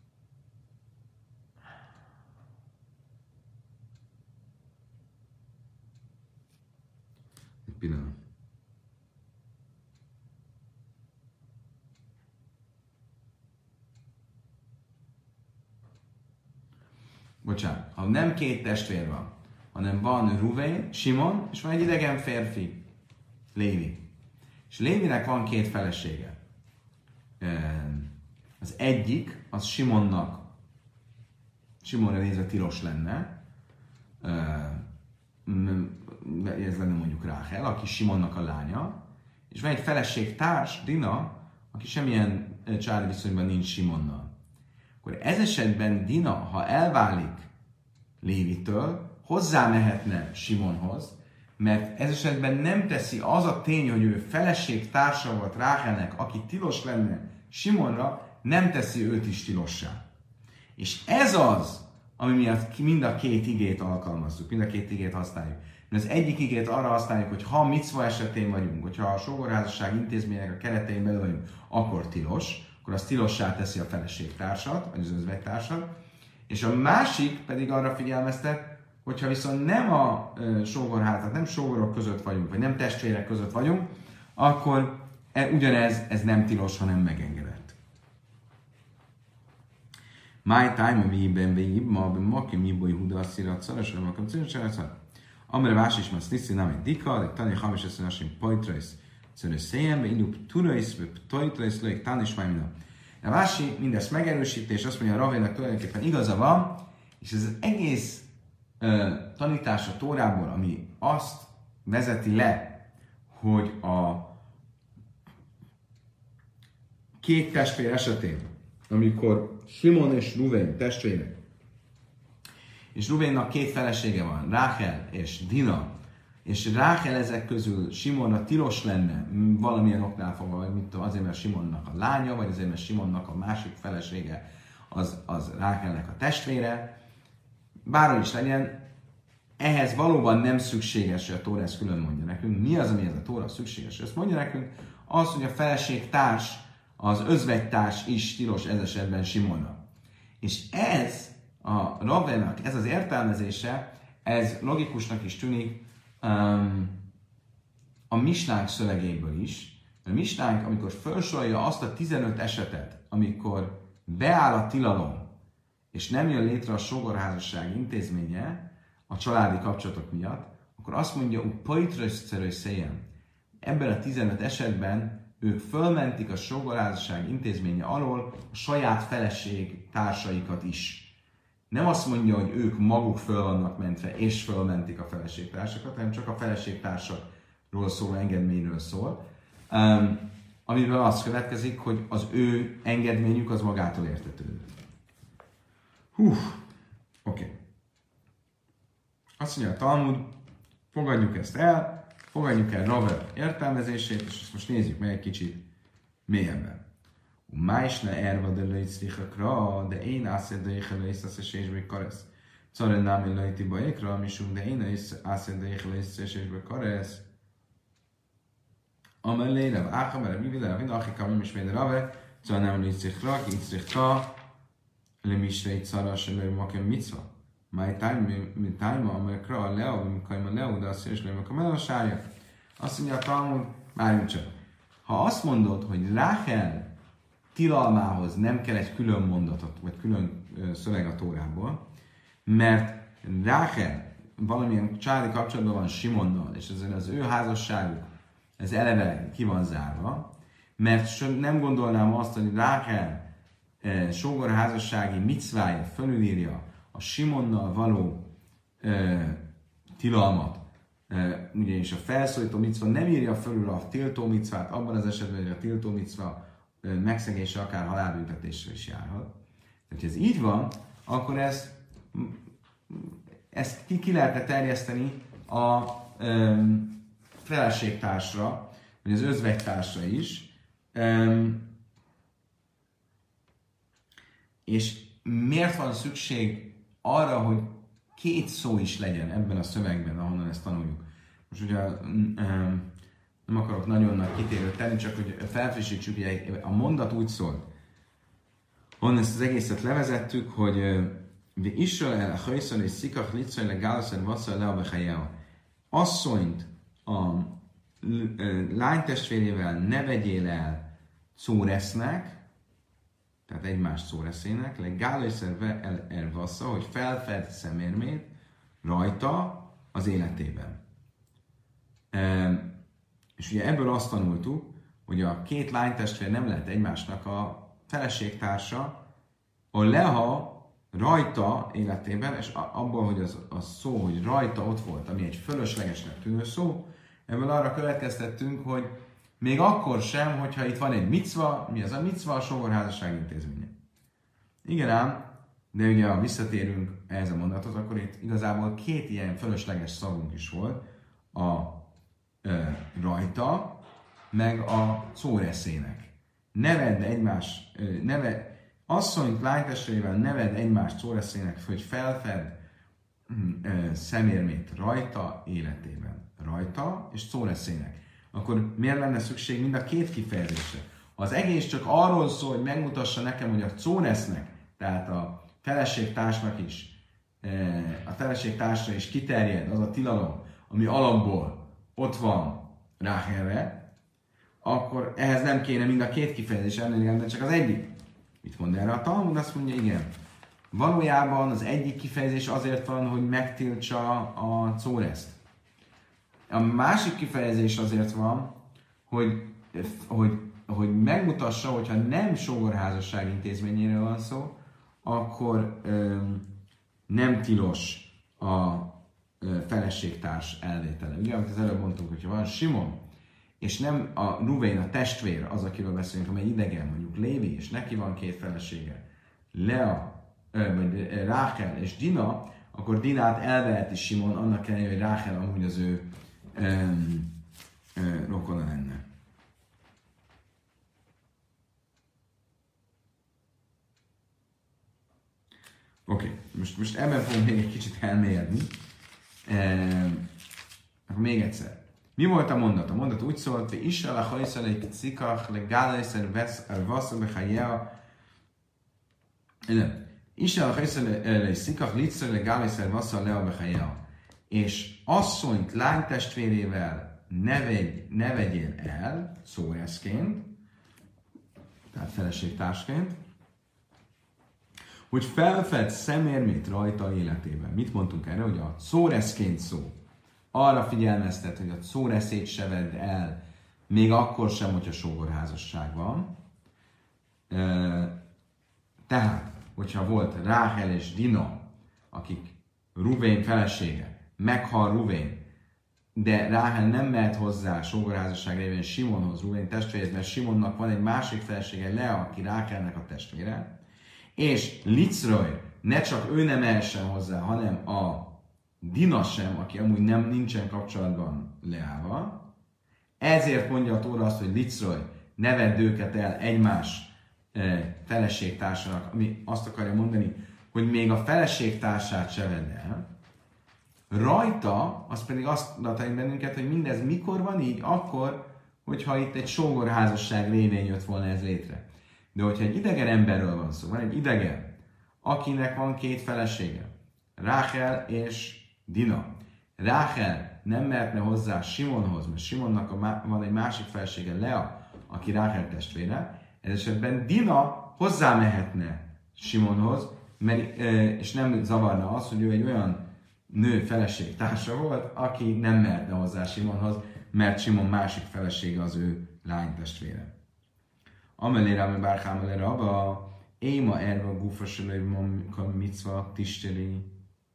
egy pillanat. Bocsánat, ha nem két testvér van, hanem van Ruvén, Simon, és van egy idegen férfi, Lévi. És Lévinek van két felesége. Az egyik, az Simonra nézve tilos lenne, ez lenne mondjuk Ráhel, aki Simonnak a lánya, és van egy feleségtárs, Dina, aki semmilyen családi viszonyban nincs Simonnal. Akkor ez esetben Dina, ha elválik Lévitől, hozzá mehetne Simonhoz, mert ez esetben nem teszi az a tény, hogy ő feleség társa volt Ráhelnek, aki tilos lenne Simonra, nem teszi őt is tilossá. És ez az, ami miatt mind a két igét alkalmazzuk, mind a két igét használjuk. Mert az egyik igét arra használjuk, hogy ha micva esetén vagyunk, hogyha a sógorházasság intézmények a keretein belül vagyunk, akkor tilos, akkor az tilossá teszi a feleségtársat, vagy az özvegytársat. És a másik pedig arra figyelmeztet, hogyha viszont nem a sógorházat, nem sógorok között vagyunk, vagy nem testvérek között vagyunk, akkor ez nem tilos, hanem megengedett. My time mi ben beib, ma ben maki mi boly huda szirat szaros, vagy makam csinálszat. Amire vás is mas niszi nem egy dika, de tani hamis eszön asin pojtrais szörös széjembe, idup turais, vagy pojtrais, lőjük tanis májmina. A Vási mindezt megerősíti, és azt mondja, a Ravénak tulajdonképpen igaza van, és ez az egész tanítás a Tórából, ami azt vezeti le, hogy a két testvér esetén, amikor Simon és Ruvén testvérek, és Ruvénnak két felesége van, Ráhel és Dina, és Ráhel ezek közül Simonra tilos lenne valamilyen oknál fogva, vagy mit tudom, azért, mert Simonnak a lánya, vagy azért, mert Simonnak a másik felesége az Ráhelnek a testvére. Bárhogy is legyen, ehhez valóban nem szükséges, hogy a Tóra ezt külön mondja nekünk. Mi az, amihez a Tóra szükséges, hogy ezt mondja nekünk? Az, hogy a feleségtárs, az özvegytárs is tilos ez esetben Simonra. És ez a Ravénak, ez az értelmezése, ez logikusnak is tűnik a Misnánk szövegéből is. A Misnánk, amikor felsorolja azt a 15 esetet, amikor beáll a tilalom, és nem jön létre a sógorházasság intézménye a családi kapcsolatok miatt, akkor azt mondja, hogy pajtröszszerös széjem. Ebben a 15 esetben ők fölmentik a sógorházasság intézménye alól a saját feleség társaikat is. Nem azt mondja, hogy ők maguk föl vannak mentve, és fölmentik a feleségtársakat, hanem csak a feleségtársakról szóló engedményről szól, amiből az következik, hogy az ő engedményük az magától értetődő. Oké. Azt mondja a Talmud, fogadjuk ezt el, fogadjuk el Rave értelmezését, és ezt most nézzük meg egy kicsit mélyebben. Májsne erva de lőjtszlichakra, de én ászed de éjjelőjtsz és karesz. Czaren námi lőjti bajékra, misunk de én ászed de éjjelőjtsz és karesz. Amellé, Rav Áha, mert mi világ, mind achika, mi is még Rave, czaren námi lőjtszlichra, ki iszlichra, le misrejt szaras, le makem micva. Máj tájma, amelyekra a leo, amikor a leo, de azt is le makem elosárja. Azt mondja a Talmud, várjunk csak. Ha azt mondod, hogy Ráhel tilalmához nem kell egy külön mondatot, vagy külön szöveg a Tórából, mert Ráhel valamilyen családi kapcsolatban van Simonnal, és ezzel az ő házasságuk, ez eleve ki van zárva, mert nem gondolnám azt, hogy Ráhel sógorházassági micvája fölülírja a Simonnal való tilalmat, ugyanis a felszólító micva nem írja fölül a tiltó micvát, abban az esetben, hogy a tiltó micva megszegése akár halálbüntetésre is járhat. Tehát, ha ez így van, akkor ezt ki lehetne terjeszteni a feleségtársra, vagy az özvegytársra is. És miért van szükség arra, hogy két szó is legyen ebben a szövegben, ahonnan ezt tanuljuk? Most ugye nem akarok nagyon nagy kitérőt tenni, csak hogy felfrissítsük, hogy a mondat úgy szól, honnan ezt az egészet levezettük, hogy vi Israel a hajszon és szikach licaj le gálaszer vasszal le a behelyel. Asszonyt a lánytestvérével ne vegyél el Córesznek, tehát egymás Córeszének, le gálaszer el vassza, hogy felfed szemérmét rajta az életében. És ugye ebből azt tanultuk, hogy a két lánytestvér nem lehet egymásnak a feleségtársa, a Leha rajta életében, és abból, hogy az szó, hogy rajta ott volt, ami egy fölöslegesnek tűnő szó, ebből arra következtettünk, hogy még akkor sem, hogyha itt van egy micva, mi az a micva? A sógorházasság intézménye. Igen ám, de ugye ha visszatérünk ehhez a mondathoz, akkor itt igazából két ilyen fölösleges szavunk is volt. a rajta, meg a szóreszének. Asszonyt lánytestvérével neved egymás szóreszének, hogy felfed szemérmét rajta életében. Rajta és szóreszének. Akkor miért lenne szükség mind a két kifejezésre? Az egész csak arról szól, hogy megmutassa nekem, hogy a szóresznek, tehát a feleségtársnak is, a feleségtársra is kiterjed az a tilalom, ami alapból ott van Ráhelre, akkor ehhez nem kéne mind a két kifejezés ellenére, de csak az egyik. Mit mond erre a Talmud? Azt mondja, igen. Valójában az egyik kifejezés azért van, hogy megtiltsa a szóreszt. A másik kifejezés azért van, hogy megmutassa, hogyha nem sógorházasság intézményéről van szó, akkor nem tilos a feleségtárs elvétele. Ugye, amit az előbb mondtunk, hogyha van Simon, és nem a Ruvén, a testvér, az, akiről beszélünk, amely idegen, mondjuk Lévi, és neki van két felesége, vagy Ráhel és Dina, akkor Dinát elveheti Simon, annak ellenére, hogy Ráhel amúgy az ő rokona lenne. Oké, most ebben fogunk még egy kicsit elmélyedni. Akkor még egyszer. Mi volt a mondat? A mondat úgy szólt, hogy Issa la hajszalai cikach le gálajszer vasszal behajjel. Issa la hajszalai cikach litszor le gálajszer vasszal leo behajjel. És asszonyt lánytestvérével ne vegyél el, szóreszként, tehát feleségtársként, hogy felfed szemérmét rajta életében. Mit mondtunk erre? Hogy a szóreszként szó arra figyelmeztet, hogy a szóreszét se vedd el, még akkor sem, hogyha sógorházasság van. Tehát, hogyha volt Ráhel és Dina, akik Ruvén felesége, meghal Ruvén, de Ráhel nem mehet hozzá sógorházasság révén Simonhoz, Ruvén testvérét, mert Simonnak van egy másik felesége, Lea, aki Ráhelnek a testvére, és Litzroj, ne csak ő nem mehessen hozzá, hanem a Dina sem, aki amúgy nincsen kapcsolatban Leával. Ezért mondja a Tóra azt, hogy Litzroj, ne vedd őket el egymás feleségtársának, ami azt akarja mondani, hogy még a feleségtársát se vedd el. Rajta, az pedig azt tanít bennünket, hogy mindez mikor van így, akkor, hogyha itt egy sógorházasság révén jött volna ez létre. De hogyha egy idegen emberről van szó, van egy idegen, akinek van két felesége, Ráhel és Dina. Ráhel nem mehetne hozzá Simonhoz, mert Simonnak van egy másik felesége, Lea, aki Ráhel testvére. Ez esetben Dina hozzá mehetne Simonhoz, és nem zavarna az, hogy ő egy olyan nő feleségtársa volt, aki nem mehetne hozzá Simonhoz, mert Simon másik felesége az ő lánytestvére. Amelére, ami bárhámelére abba, éma erve a gúfaselői micva tisteli.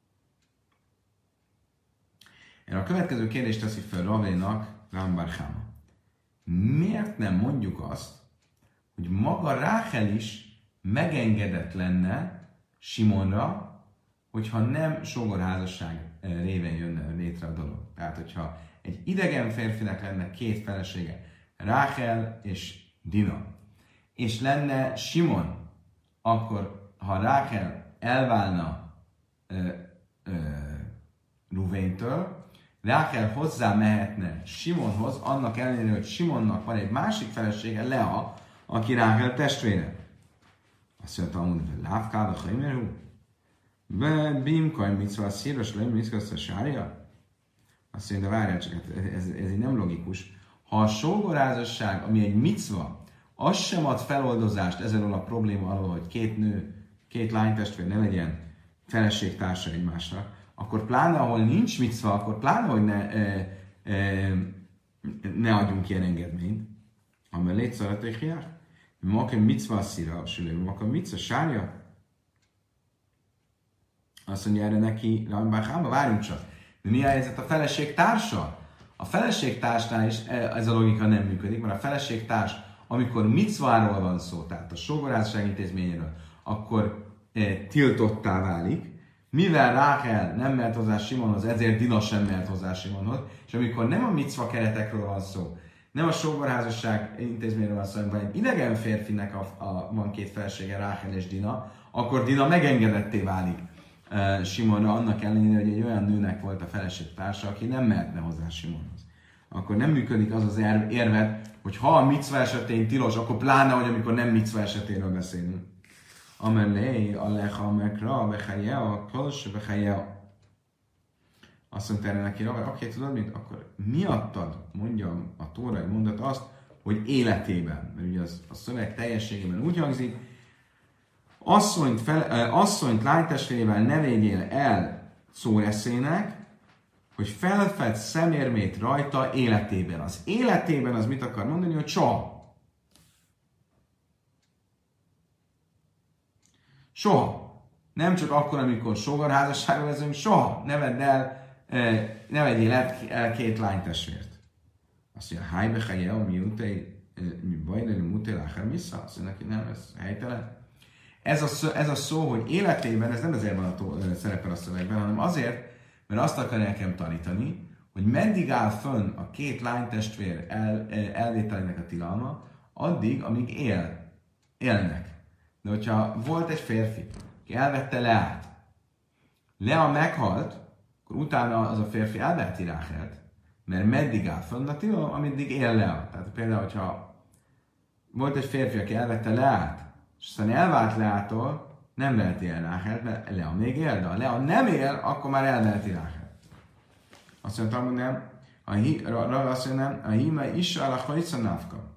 Erre a következő kérdést teszi fel Ravénak, Rambárháma. Miért nem mondjuk azt, hogy maga Ráhel is megengedett lenne Simonra, hogyha nem sógorházasság révén jönne létre a dolog. Tehát, hogyha egy idegen férfinek lenne két felesége, Ráhel és Dina, és lenne Simon, akkor ha Ráhel elválna Ruvéntől, Ráhel hozzá mehetne Simonhoz, annak ellenére, hogy Simonnak van egy másik felesége, Lea, aki Ráhel testvére. Azt mondta, hogy Lávkába Hajmerhu, Bimkaj Micva Szíros Lőm Micva Sárja. Azt mondja, várjál csak, ez így nem logikus. Ha a sógorházasság, ami egy micva, az sem ad feloldozást ezen a probléma alól, hogy két lánytestvér ne legyen feleségtársa egymásnak, akkor pláne, ahol nincs micva, akkor pláne, hogy ne adjunk ilyen engedményt. Amely létszaraték jár. Makem micva szíra, sülő, makem micva sárja. Azt mondja erre neki, Rambáchába, várjunk csak. De mi a helyzet a feleségtársa? A feleségtársnál is ez a logika nem működik, mert a feleségtárs, amikor micváról van szó, tehát a sógorházasság intézményéről, akkor tiltottá válik, Mivel Ráhel nem mehet hozzá Simonhoz, ezért Dina sem mehet hozzá Simonhoz, és amikor nem a micva keretekről van szó, nem a sógorházasság intézményről van szó, hanem egy idegen férfinek van két felesége, Ráhel és Dina, akkor Dina megengedetté válik Simonra, annak ellenére, hogy egy olyan nőnek volt a feleségtársa, aki nem mehetne hozzá Simonhoz. Akkor nem működik az az érvet, hogy ha a micva esetén tilos, akkor pláne, hogy amikor nem micva esetéről beszélünk. Amelé, alecha, mekra, vechajea, kols, vechajea. Azt mondta erre neki, oké, tudod mit? Akkor miattad, mondja a tórai mondat azt, hogy életében, mert ugye a szöveg teljességében úgy hangzik, asszonyt lánytestvérével ne védjél el szóreszének, hogy felfed szemérmét rajta életében. Az életében az mit akar mondani, hogy soha. Soha. Nem csak akkor, amikor sógorházasságra vezünk, soha. Ne vegyél el két lánytestvért. Azt mondja, hájbe hajjel, mi bajnali mutél áher vissza? Azt mondja neki, nem, ez helytelen. Ez a szó, hogy életében, ez nem azért van szerepel a szövegben, hanem azért, mert azt akar nekem tanítani, hogy meddig áll fönn a két lánytestvér elvételének a tilalma, addig, amíg élnek. De hogyha volt egy férfi, aki elvette Leát, Lea meghalt, akkor utána az a férfi elveheti Ráhelt, mert meddig áll fönn a tilalom, ameddig él Lea. Tehát például, hogyha volt egy férfi, aki elvette Leát, és aztán elvált Leától, nem veheti el Ráhelt, mert Lea még él, de ha Lea nem él, akkor már elveheti Ráhelt. Azt mondtam, hogy nem. Azt mondja, a híme is a hajszanávka.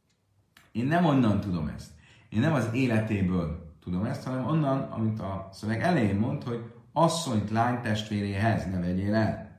Én nem onnan tudom ezt. Én nem az életéből tudom ezt, hanem onnan, amit a szöveg elején mond, hogy asszonyt lánytestvéréhez ne vegyél el.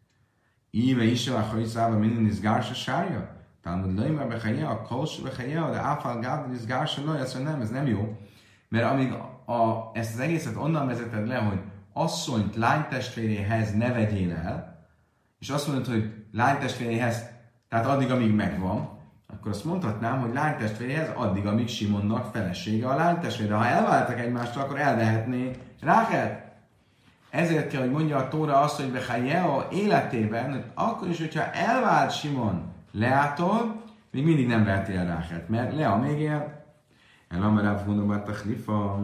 Íme is a hajszába minden izgársa sárja? Talán lőjme behelye, a kolsú behelye, de áfál gábd izgársa lőj, azt mondja, nem, ez nem jó. Mert amíg ezt az egészet onnan vezeted le, hogy asszonyt lánytestvéréhez ne vegyél el, és azt mondod, hogy lánytestvéréhez, tehát addig, amíg megvan, akkor azt mondhatnám, hogy lánytestvéréhez addig, amíg Simonnak felesége a lánytestvére. Ha elváltak egymástól, akkor elvehetné Ráhelt. Ezért kell, hogy mondja a Tóra azt, hogy Bechajea életében, hogy akkor is, hogyha elvált Simon Leától, még mindig nem veheti el Ráhelt, mert Lea még él. Elameráv vonobát a chlifa,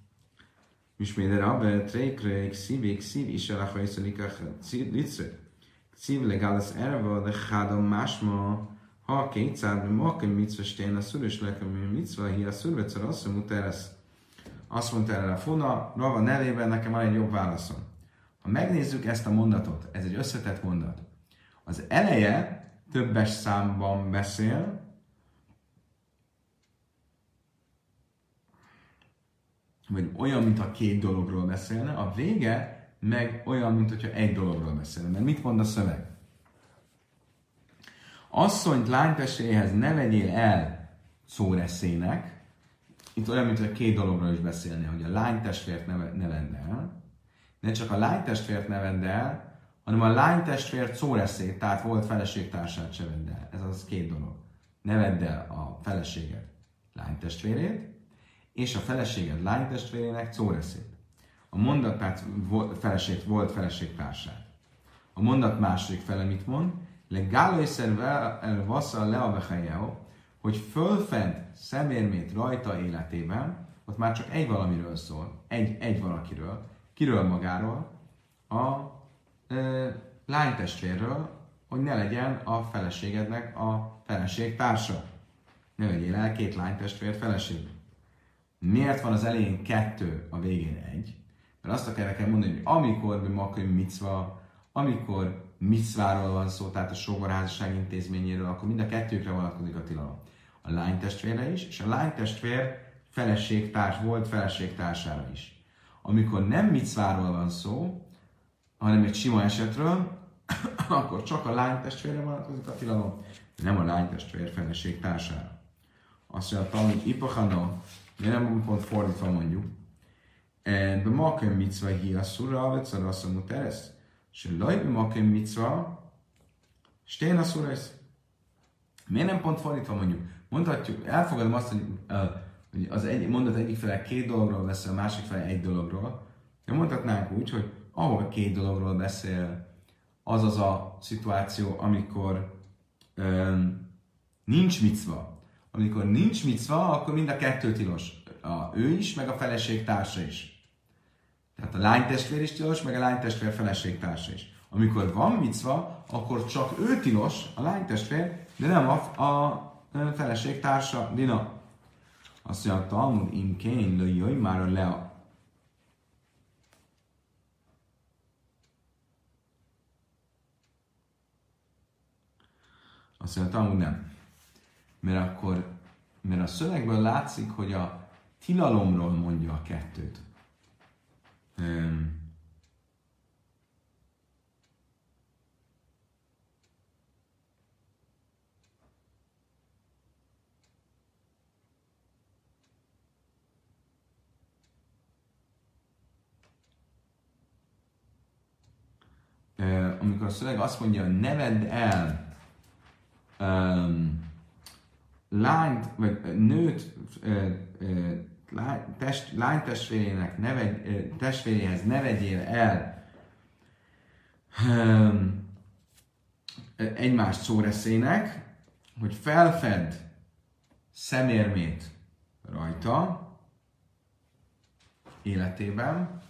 misméder abbe, trékrék, szívik, szív is el a hajszalikach, licre. Szív legális erva, de hádom másma, ha kétszár, makem micva stén a szürös lekem micva, hi a szürvecer azt mondta, azt mondta erre a Funa, Rava nevében nekem van egy jobb válaszom. Ha megnézzük ezt a mondatot, ez egy összetett mondat. Az eleje többes számban beszél, vagy olyan, mintha két dologról beszélne, a vége meg olyan, mintha egy dologról beszélne. Mert mit mond a szöveg? Asszonyt lánytestvéréhez ne vegyél el szóreszének. Itt olyan, mintha két dologról is beszélne, hogy a lánytestvért ne vedd el. Ne csak a lánytestvért ne vedd el, hanem a lánytestvért szóreszét, tehát volt feleségtársát se vedd el. Ez az két dolog. Ne vedd el a feleséged lánytestvérét, és a feleséged lánytestvérének szóreszét. A mondat, tehát volt feleségtársát. A mondat második fele mit mond? Legálőszervel elvasszal le a behelyeo, hogy fölfent szemérmét rajta életében, ott már csak egy valamiről szól, egy valakiről, kiről magáról, a lánytestvérről, hogy ne legyen a feleségednek a feleségtársa. Ne vegyél el két lánytestvér feleségét. Miért van az elején 2, a végén 1? Mert azt akarják nekem mondani, hogy amikor bimakai micva, amikor micváról van szó, tehát a sógorházasság intézményéről, akkor mind a kettőkre vonatkozik a tilalom. A lánytestvére is, és a lánytestvér volt feleségtársára is. Amikor nem micváról van szó, hanem egy sima esetről, akkor csak a lánytestvére vonatkozik a tilalom, nem a lánytestvér feleségtársára. Azt mondja, hogy ipachana, de nem pont fordítva mondjuk. De makem micva hi asszura, vagy szarasza muteres. És lajbi makem micva, stén asszura ez. Miért nem pont fordítva mondjuk? Mondhatjuk, elfogadom azt, hogy az mondat egyik fele két dologról beszél, a másik fele egy dologról, De mondhatnánk úgy, hogy ahol két dologról beszél, az az a szituáció, amikor nincs micva. Amikor nincs micva, akkor mind a kettő tilos. Ő is, meg a feleség társa is. Tehát a lánytestvér is tilos, meg a lánytestvér feleség társa is. Amikor van micva, akkor csak ő tilos, a lánytestvér, de nem a feleség társa, Dina. Azt mondja, a Talmud imkén lőjöjj már a Lea. Azt mondja, a Talmud nem. Mert a szövegből látszik, hogy a tilalomról mondja a kettőt. Amikor a szöveg azt mondja, hogy ne vedd el lányt, vagy nőt lánytestvérének testvéréhez ne vegyél el egymás szóreszének, hogy felfedd szemérmét rajta életében,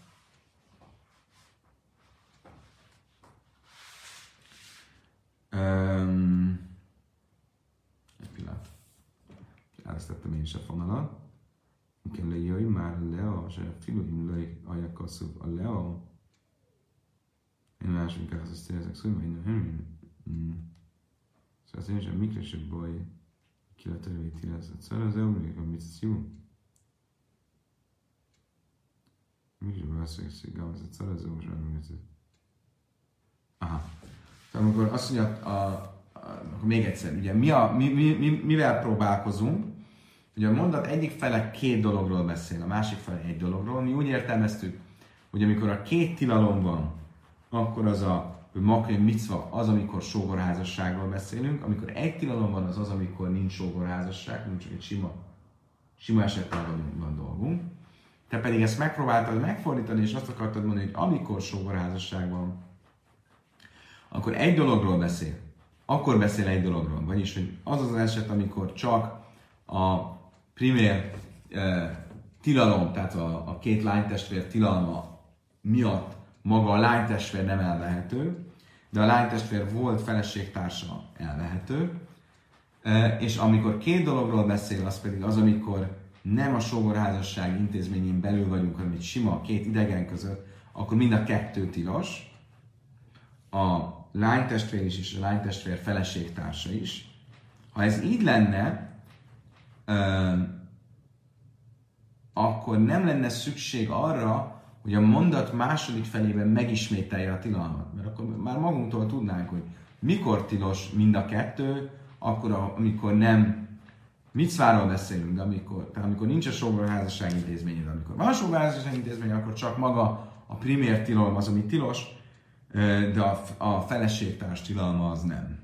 egy pillanat. Elvesztettem én is a fonalat. Igen, lejöjj már Leo, se filuim lej ajakasszuk a Leo. Én másunk el azt érzek, szóval innen. Szóval az én sem mikrosebb baj, ki a törvényt irányzott. Szóval az euróik, amit szívunk. Mikrosebb azt mondja, hogy gámazat, szóval az euróik, aha. Tehát amikor azt mondja, akkor még egyszer, ugye mivel próbálkozunk? Ugye a mondat egyik fele két dologról beszél, a másik fele egy dologról. Mi úgy értelmeztük, hogy amikor a két tilalom van, akkor az a makrim micva az, amikor sógorházasságról beszélünk, amikor egy tilalom van, az az, amikor nincs sógorházasság, nincs csak egy sima esetben van dolgunk. Te pedig ezt megpróbáltad megfordítani, és azt akartad mondani, hogy amikor sógorházasság van, akkor egy dologról beszél. Akkor beszél egy dologról. Vagyis, hogy az az eset, amikor csak a primér tilalom, tehát a két lánytestvér tilalma miatt maga a lánytestvér nem elvehető, de a lánytestvér volt feleségtársa elvehető, és amikor két dologról beszél, az pedig az, amikor nem a sógorházasság intézményén belül vagyunk, hanem egy sima, két idegen között, akkor mind a kettő tilos. A lánytestvér is, és a lánytestvér feleségtársa is. Ha ez így lenne, akkor nem lenne szükség arra, hogy a mondat második felében megismételje a tilalmat. Mert akkor már magunktól tudnánk, hogy mikor tilos mind a kettő, akkor amikor nem micváról beszélünk, de amikor nincs a sógorházasság intézménye, de amikor van a sógorházasság intézménye, akkor csak maga a primér tilalom az, ami tilos, de a feleségtárs tilalma az nem.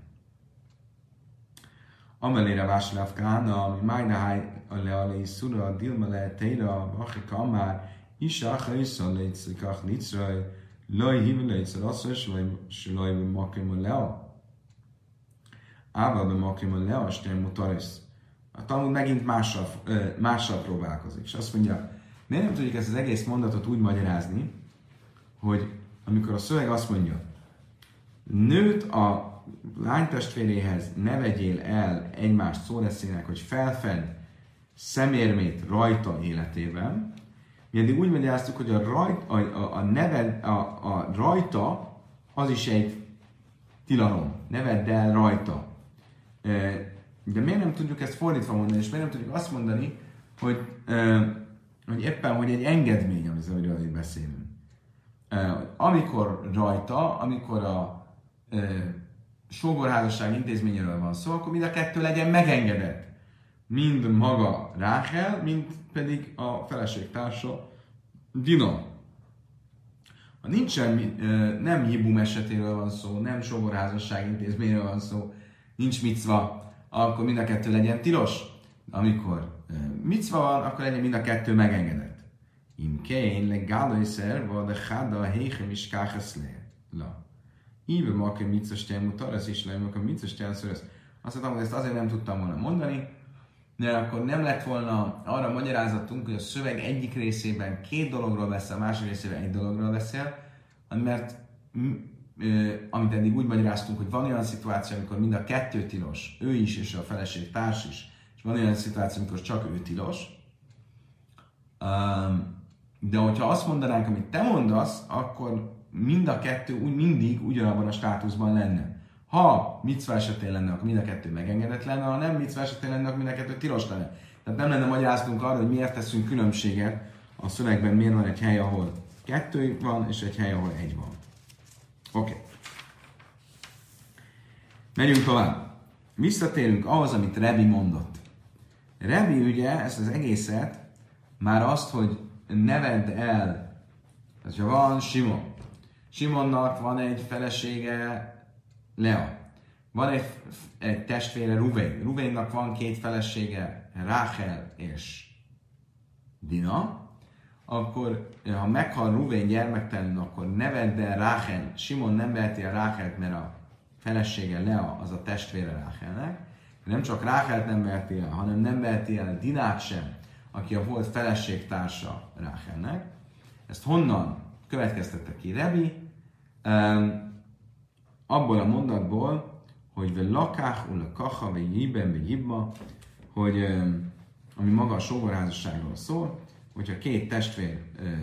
Amelére Vásilávkána, ami Májnaháj lealé szura, Dilma le Teira, Vachika már, Isa, Hajszal létszikach licraj, Laj hív létszer asszos, Laj makrim a lea. Ával be makrim a lea, Stén mutarisz. A Talmud megint mással próbálkozik, és azt mondja, miért nem tudjuk ezt az egész mondatot úgy magyarázni, hogy amikor a szöveg azt mondja, nőt a lánytestvéréhez ne vegyél el egymást szóreszének, hogy felfedd szemérmét rajta életében. Mi eddig úgy magyaráztuk, hogy a rajta az is egy tilalom. Ne vedd el rajta. De miért nem tudjuk ezt fordítva mondani, és miért nem tudjuk azt mondani, hogy éppen, hogy egy engedmény, amiről itt beszélünk. Amikor rajta, amikor a sógorházasság intézményéről van szó, akkor mind a kettő legyen megengedett. Mind maga Ráhel, mind pedig a feleségtársa Dina. Ha nincsen, nem hibum esetéről van szó, nem sógorházasság intézményéről van szó, nincs micva, akkor mind a kettő legyen tilos. Amikor micva van, akkor legyen mind a kettő megengedett. Imkén legálóiszer, vagy a háda héhem is káheszlé. La. Íve makke miccestel mutar, ez is lejmök a miccestel szöröz. Azt mondtam, hogy ezt azért nem tudtam volna mondani, mert akkor nem lett volna arra magyarázatunk, hogy a szöveg egyik részében két dologról beszél, a másik részében egy dologról beszél, mert amit eddig úgy magyaráztunk, hogy van olyan szituáció, amikor mind a kettő tilos, ő is és a feleség társ is, és van olyan szituáció, amikor csak ő tilos. De hogyha azt mondanánk, amit te mondasz, akkor mind a kettő úgy mindig ugyanabban a státuszban lenne. Ha micva esetén lenne, akkor mind a kettő megengedett lenne, ha nem micva esetén lenne, akkor mind a kettő tilos lenne. Tehát nem lenne magyarázatunk arra, hogy miért teszünk különbséget a szövegben, miért van egy hely, ahol kettő van, és egy hely, ahol egy van. Oké. Menjünk tovább. Visszatérünk ahhoz, amit Rebi mondott. Rebi ugye ezt az egészet, már azt, hogy nevedd el, tehát ha van Simon. Simonnak van egy felesége, Lea. Van egy testvére, Ruvén. Ruvénnak van két felesége, Ráhel és Dina. Akkor, ha meghal Ruvén gyermektelenül, akkor nevedd el Ráhel. Simon nem veheti el Ráhelt, mert a felesége Lea az a testvére Ráhelnek. Nem csak Ráhelt nem veheti el, hanem nem veheti el Dinát sem, aki a volt feleségtársa Ráhelnek. Ezt honnan következtette ki Rebi? Abból a mondatból, hogy ve lakách, ula kaha, ve jiben, ve jibba, hogy ami maga a sógorházasságról szól, hogyha két testvér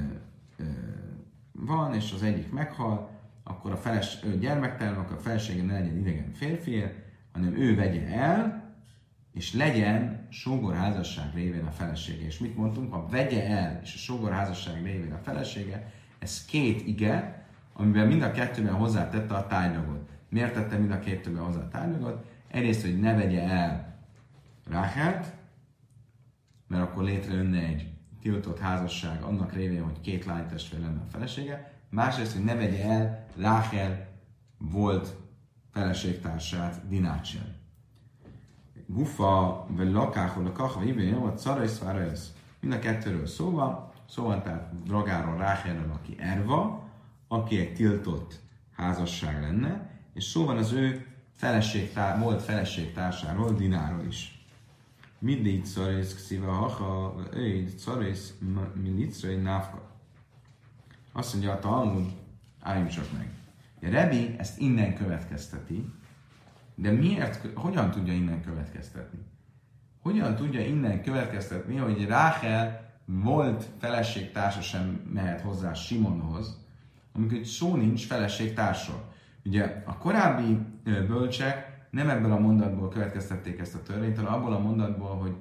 van, és az egyik meghal, akkor ő gyermektelen, akkor a felesége ne legyen idegen férfiért, hanem ő vegye el, és legyen sógorházasság révén a felesége. És mit mondtunk? Ha vegye el, és a sógorházasság révén a felesége, ez két ige, amiben mind a kettőben hozzátette a tárgyagot. Miért tette mind a kettőben hozzá a tárgyagot? Egyrészt, hogy ne vegye el Ráhelt, mert akkor létrejönne egy tiltott házasság annak révén, hogy két lánytestvér lenne a felesége. Másrészt, hogy ne vegye el Ráhel volt feleségtársát, Dinát sem. Gufa, vagy lakáhol, a kaha, ibén, vagy szarajsz, várajsz. Mind a kettőről szóval tehát Ragáról, Ráhelről, aki Erva, aki egy tiltott házasság lenne, és szó van az ő volt feleségtársáról, Dináról is. Mindig szarajsz, xiva, haha, szarajsz, milicrai, návka. Azt mondja a Talmud, álljunk csak meg. A Rebi ezt innen következteti, de hogyan tudja innen következtetni? Hogyan tudja innen következtetni, hogy Ráhel volt feleségtársa sem mehet hozzá Simonhoz, amikor szó nincs feleségtársról. Ugye a korábbi bölcsek nem ebből a mondatból következtették ezt a törvényt, hanem abból a mondatból, hogy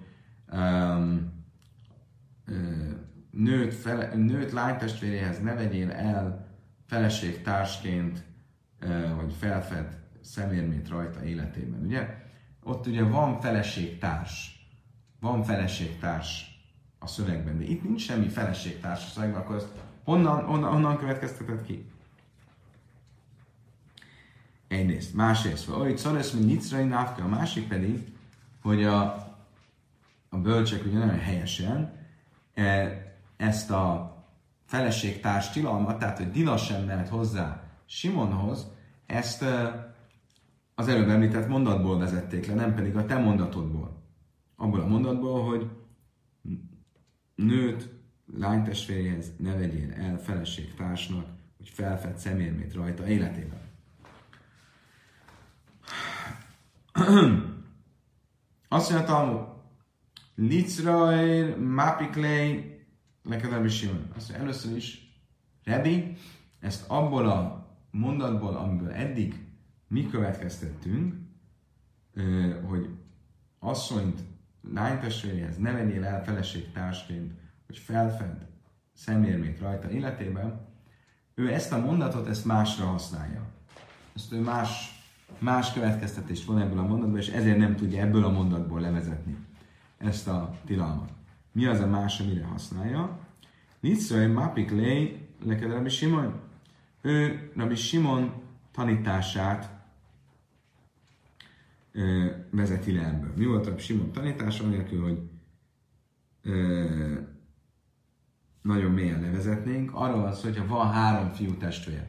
nőt lánytestvéréhez ne vegyél el feleségtársként, vagy felfed szemérmét rajta életében, ugye? Ott ugye van feleségtárs a szövegben, de itt nincs semmi feleségtárs a szövegben, akkor ezt honnan következtetett ki? Egyrészt. Másrészt, hogy szaresz, mint nicrai návka, a másik pedig, hogy a bölcsek ugye nagyon helyesen ezt a feleségtárs tilalmat, tehát hogy Dina sem mehet hozzá Simonhoz, ezt az előbb említett mondatból vezették le, nem pedig a te mondatodból. Abból a mondatból, hogy nőt lánytestvéréhez ne vegyél el feleségtársnak, hogy felfed szemérmét rajta életében. Azt mondja, Litzrair, Mapiklei, Lekedem is Simon. Azt mondja, először is Rebi ezt abból a mondatból, amiből eddig mi következtettünk, hogy asszonyt lánytestvéréhez ne vegyél el feleségtársként, hogy felfed szemérmét rajta életében, ő ezt a mondatot, ezt másra használja. Ezt ő más következtetést von ebből a mondatból, és ezért nem tudja ebből a mondatból levezetni ezt a tilalmat. Mi az a más, amire használja? Nitzrai mapik lej leked Rabbi Simon. Ő Rabbi Simon tanítását vezeti le ebből. Mi volt Rabbi Simon tanítása, anélkül, hogy nagyon mélyen levezetnénk. Arról van szó, hogyha van 3 fiú testvér.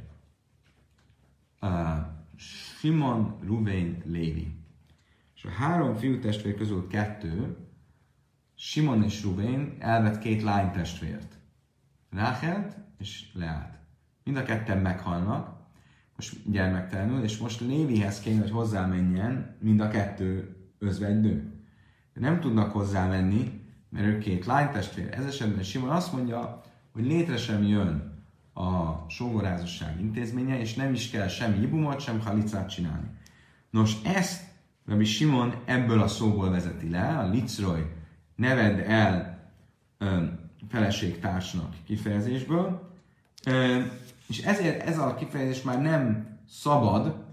Simon, Ruvén, Lévi. És a 3 fiú testvér közül 2, Simon és Ruvén elvett 2 lány testvért. Ráchelt és Leát. Mind a ketten meghalnak, most gyermektelenül, és most Lévihez kéne, hogy hozzámenjen mind a 2 özvegynő. De nem tudnak hozzámenni, mert ők 2 lánytestvér. Ez esetben Simon azt mondja, hogy létre sem jön a sógorházasság intézménye, és nem is kell sem ibumot, sem halicát csinálni. Nos, ezt Rabbi Simon ebből a szóból vezeti le, a licroj nevedd el feleségtársnak kifejezésből, és ezért ez a kifejezés már nem szabad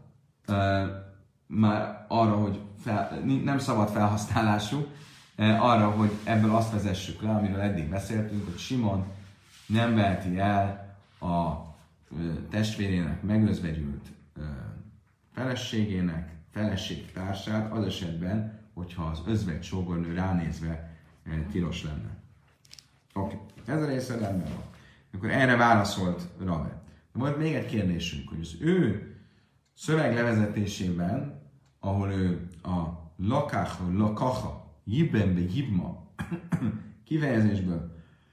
már arra, hogy nem szabad felhasználású, arra, hogy ebből azt vezessük le, amiről eddig beszéltünk, hogy Simon nem veheti el a testvérének megözvegyült feleségének feleségtársát az esetben, hogyha az özvegy sógornő ránézve tilos lenne. Oké. Ez a része rendben van. Akkor erre válaszolt Rave. Volt még egy kérdésünk, hogy az ő szöveglevezetésében, ahol ő a lakacha, jibbenbe, jibma kifejezésből,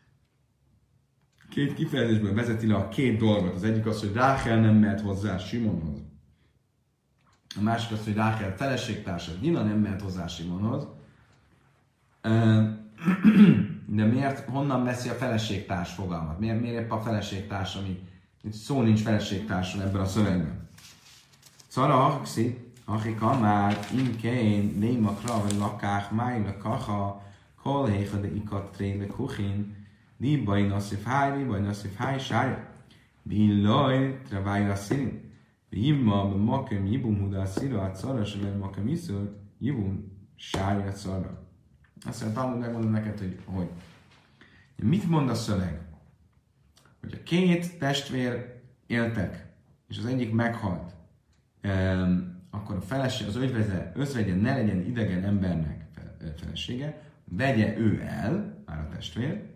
2 kifejezésből vezeti le a 2 dolgot. Az egyik az, hogy Ráchel nem mehet hozzá Simonhoz. A másik az, hogy Ráchel feleségtársa, Dina nem mehet hozzá Simonhoz. De miért, honnan veszi a feleségtárs fogalmat? Miért épp a feleségtárs, ami itt szó nincs feleségtársról ebben a szövegben? Szara hakszi, akika már inkén, némakra, vagy lakák, májla kaha, kol héha de ikat tréle kuchin, di baj naszif háj, sáj, billaj, travájra szírin. Hívma, be makem, jibum hudá szíra, a szara, se le makem iszol, jibum, sáj, a szara. Azt mondja, Talmud, megmondom neked, hogy mit mond a szöveg? Hogy a 2 testvér éltek, és az egyik meghalt, akkor a feleség, az özvegye ne legyen idegen embernek felesége, vegye ő el, már a testvér,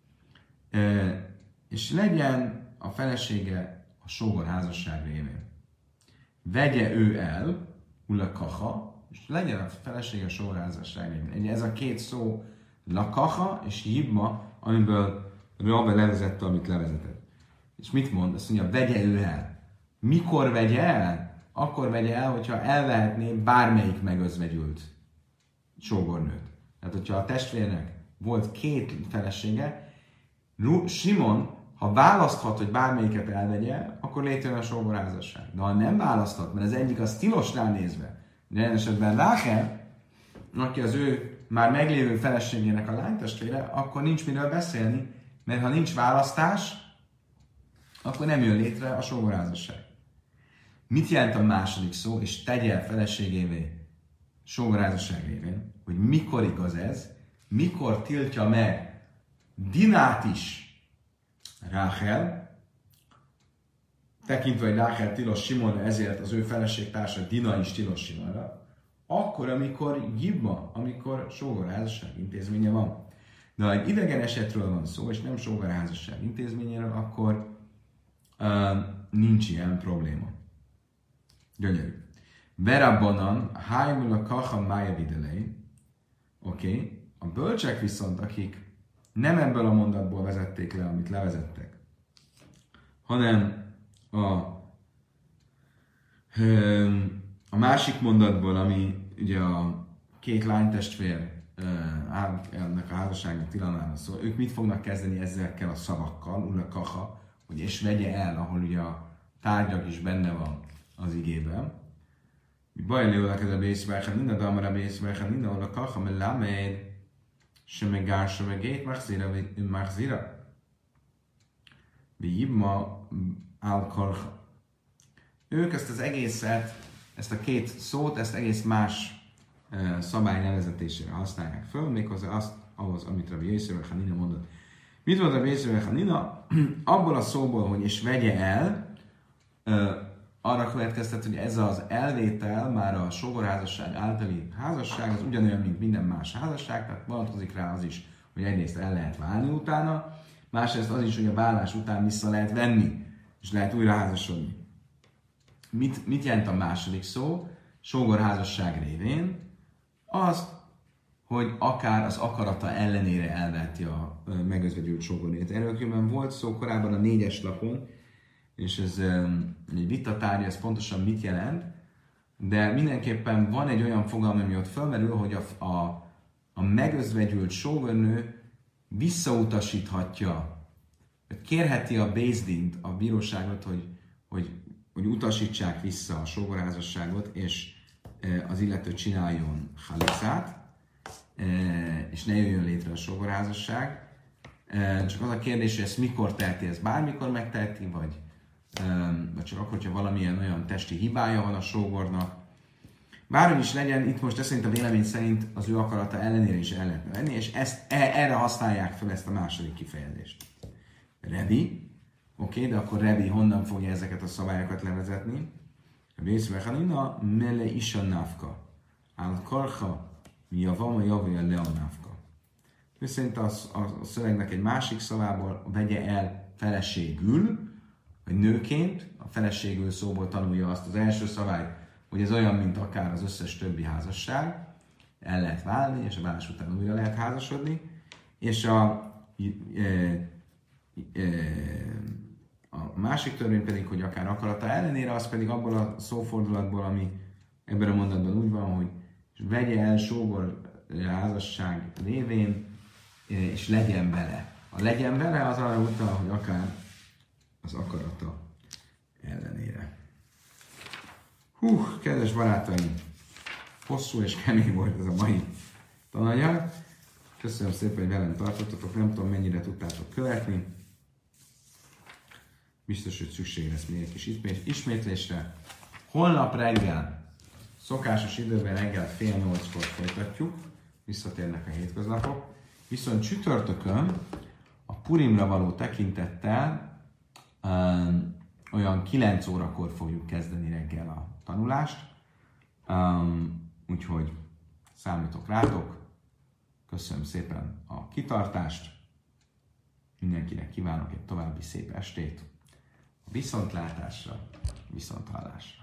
és legyen a felesége a sógorházasság révén. Vegye ő el, ulakaha, és legyen a felesége a sógorházasság révén. Ez a 2 szó, lakaha és hibma, amiből Rave levezette, amit levezetett. És mit mond? Azt mondja, vegye ő el. Mikor vegye el? Akkor vegye el, hogyha elvehetné bármelyik megözvegyült sógornőt. Tehát, hogyha a testvérnek volt 2 felesége, Simon, ha választhat, hogy bármelyiket elvegye, akkor létrejön a sógorházasság. De ha nem választhat, mert az egyik az tilos ránézve, de esetben Ráchel, aki az ő már meglévő feleségének a lánytestvére, akkor nincs miről beszélni, mert ha nincs választás, akkor nem jön létre a sógorházasság. Mit jelent a második szó, és tegye el feleségévé sógorházasság révén, hogy mikor igaz ez, mikor tiltja meg Dinát is Ráchel, tekintve, hogy Ráchel tilos Simonra, ezért az ő feleségtársa Dina is tilos Simonra, akkor, amikor Jibma, amikor sógorházasság intézménye van. De ha egy idegen esetről van szó, és nem sógorházasság intézményéről, akkor nincs ilyen probléma. Gyönyörű. Verabbanan, hájmul a kaha mája videlei. Oké. A bölcsek viszont, akik nem ebből a mondatból vezették le, amit levezettek, hanem a másik mondatból, ami ugye a 2 lánytestvér ennek a házasságnak tilalmára szól, ők mit fognak kezdeni ezekkel a szavakkal, ulakaha, hogy és vegye el, ahol ugye a tárgyak is benne van az igében. Bajlőlek ez a bészvárhan, minden damara bészvárhan, minden ulakaha, mert lámeid, semegár, semegét, marzira. Bíjibma álkarha. Ők ezt az egészet, ezt a 2 szót, ezt egész más szabály nevezetésére használják föl, méghozzá ahhoz, amit Rabbi Yosef Hanina mondott. Mit mondta Rabbi Yosef Hanina? Abból a szóból, hogy és vegye el, arra következtet, hogy ez az elvétel, már a sógorházasság általi házasság, az ugyanolyan, mint minden más házasság, tehát vonatkozik rá az is, hogy egyrészt el lehet válni utána, Másrészt az is, hogy a vállás után vissza lehet venni, és lehet újra házasodni. Mit jelent a második szó? Sógorházasság révén azt, hogy akár az akarata ellenére elveheti a megözvegyült sógornőt. Erről különben volt szó korábban a 4-es lapon, és ez egy vitatárgya, ez pontosan mit jelent, de mindenképpen van egy olyan fogalom, ami ott felmerül, hogy a megözvegyült sógornő visszautasíthatja, kérheti a Bézdint, a bíróságot, hogy utasítsák vissza a sógorházasságot, és az illető csináljon halicát, és ne jöjjön létre a sógorházasság. Csak az a kérdés, hogy ezt mikor teheti, ezt bármikor megteheti, vagy csak akkor, hogyha valamilyen olyan testi hibája van a sógornak. Bárhogy is legyen, itt most szerint a vélemény szerint az ő akarata ellenére is el lehetne venni, és erre használják fel ezt a második kifejezést. Rebi, oké, de akkor Rebi honnan fogja ezeket a szabályokat levezetni? Vészvehanina mele isa nafka. Al karha mi javama javja le a nafka. Ő szerint a szövegnek egy másik szavából vegye el feleségül, vagy nőként, a feleségül szóból tanulja azt az első szabályt, hogy ez olyan, mint akár az összes többi házasság, el lehet válni, és a válás után újra lehet házasodni, és a másik törvény pedig, hogy akár akarata ellenére, az pedig abból a szófordulatból, ami ebben a mondatban úgy van, hogy vegye el sógor házasság révén, és legyen vele. A legyen vele az arra utal, hogy akár az akarata ellenére. Kedves barátaim! Hosszú és kemény volt ez a mai tananyag. Köszönöm szépen, hogy velem tartottatok. Nem tudom, mennyire tudtátok követni. Biztos, hogy szükség lesz még egy kis ismétlésre. Holnap reggel, szokásos időben reggel 7:30-kor folytatjuk. Visszatérnek a hétköznapok. Viszont csütörtökön a Purimra való tekintettel olyan 9 órakor fogjuk kezdeni reggel a tanulást. Úgyhogy számítok rátok. Köszönöm szépen a kitartást. Mindenkinek kívánok egy további szép estét. A viszontlátásra, viszonthallásra.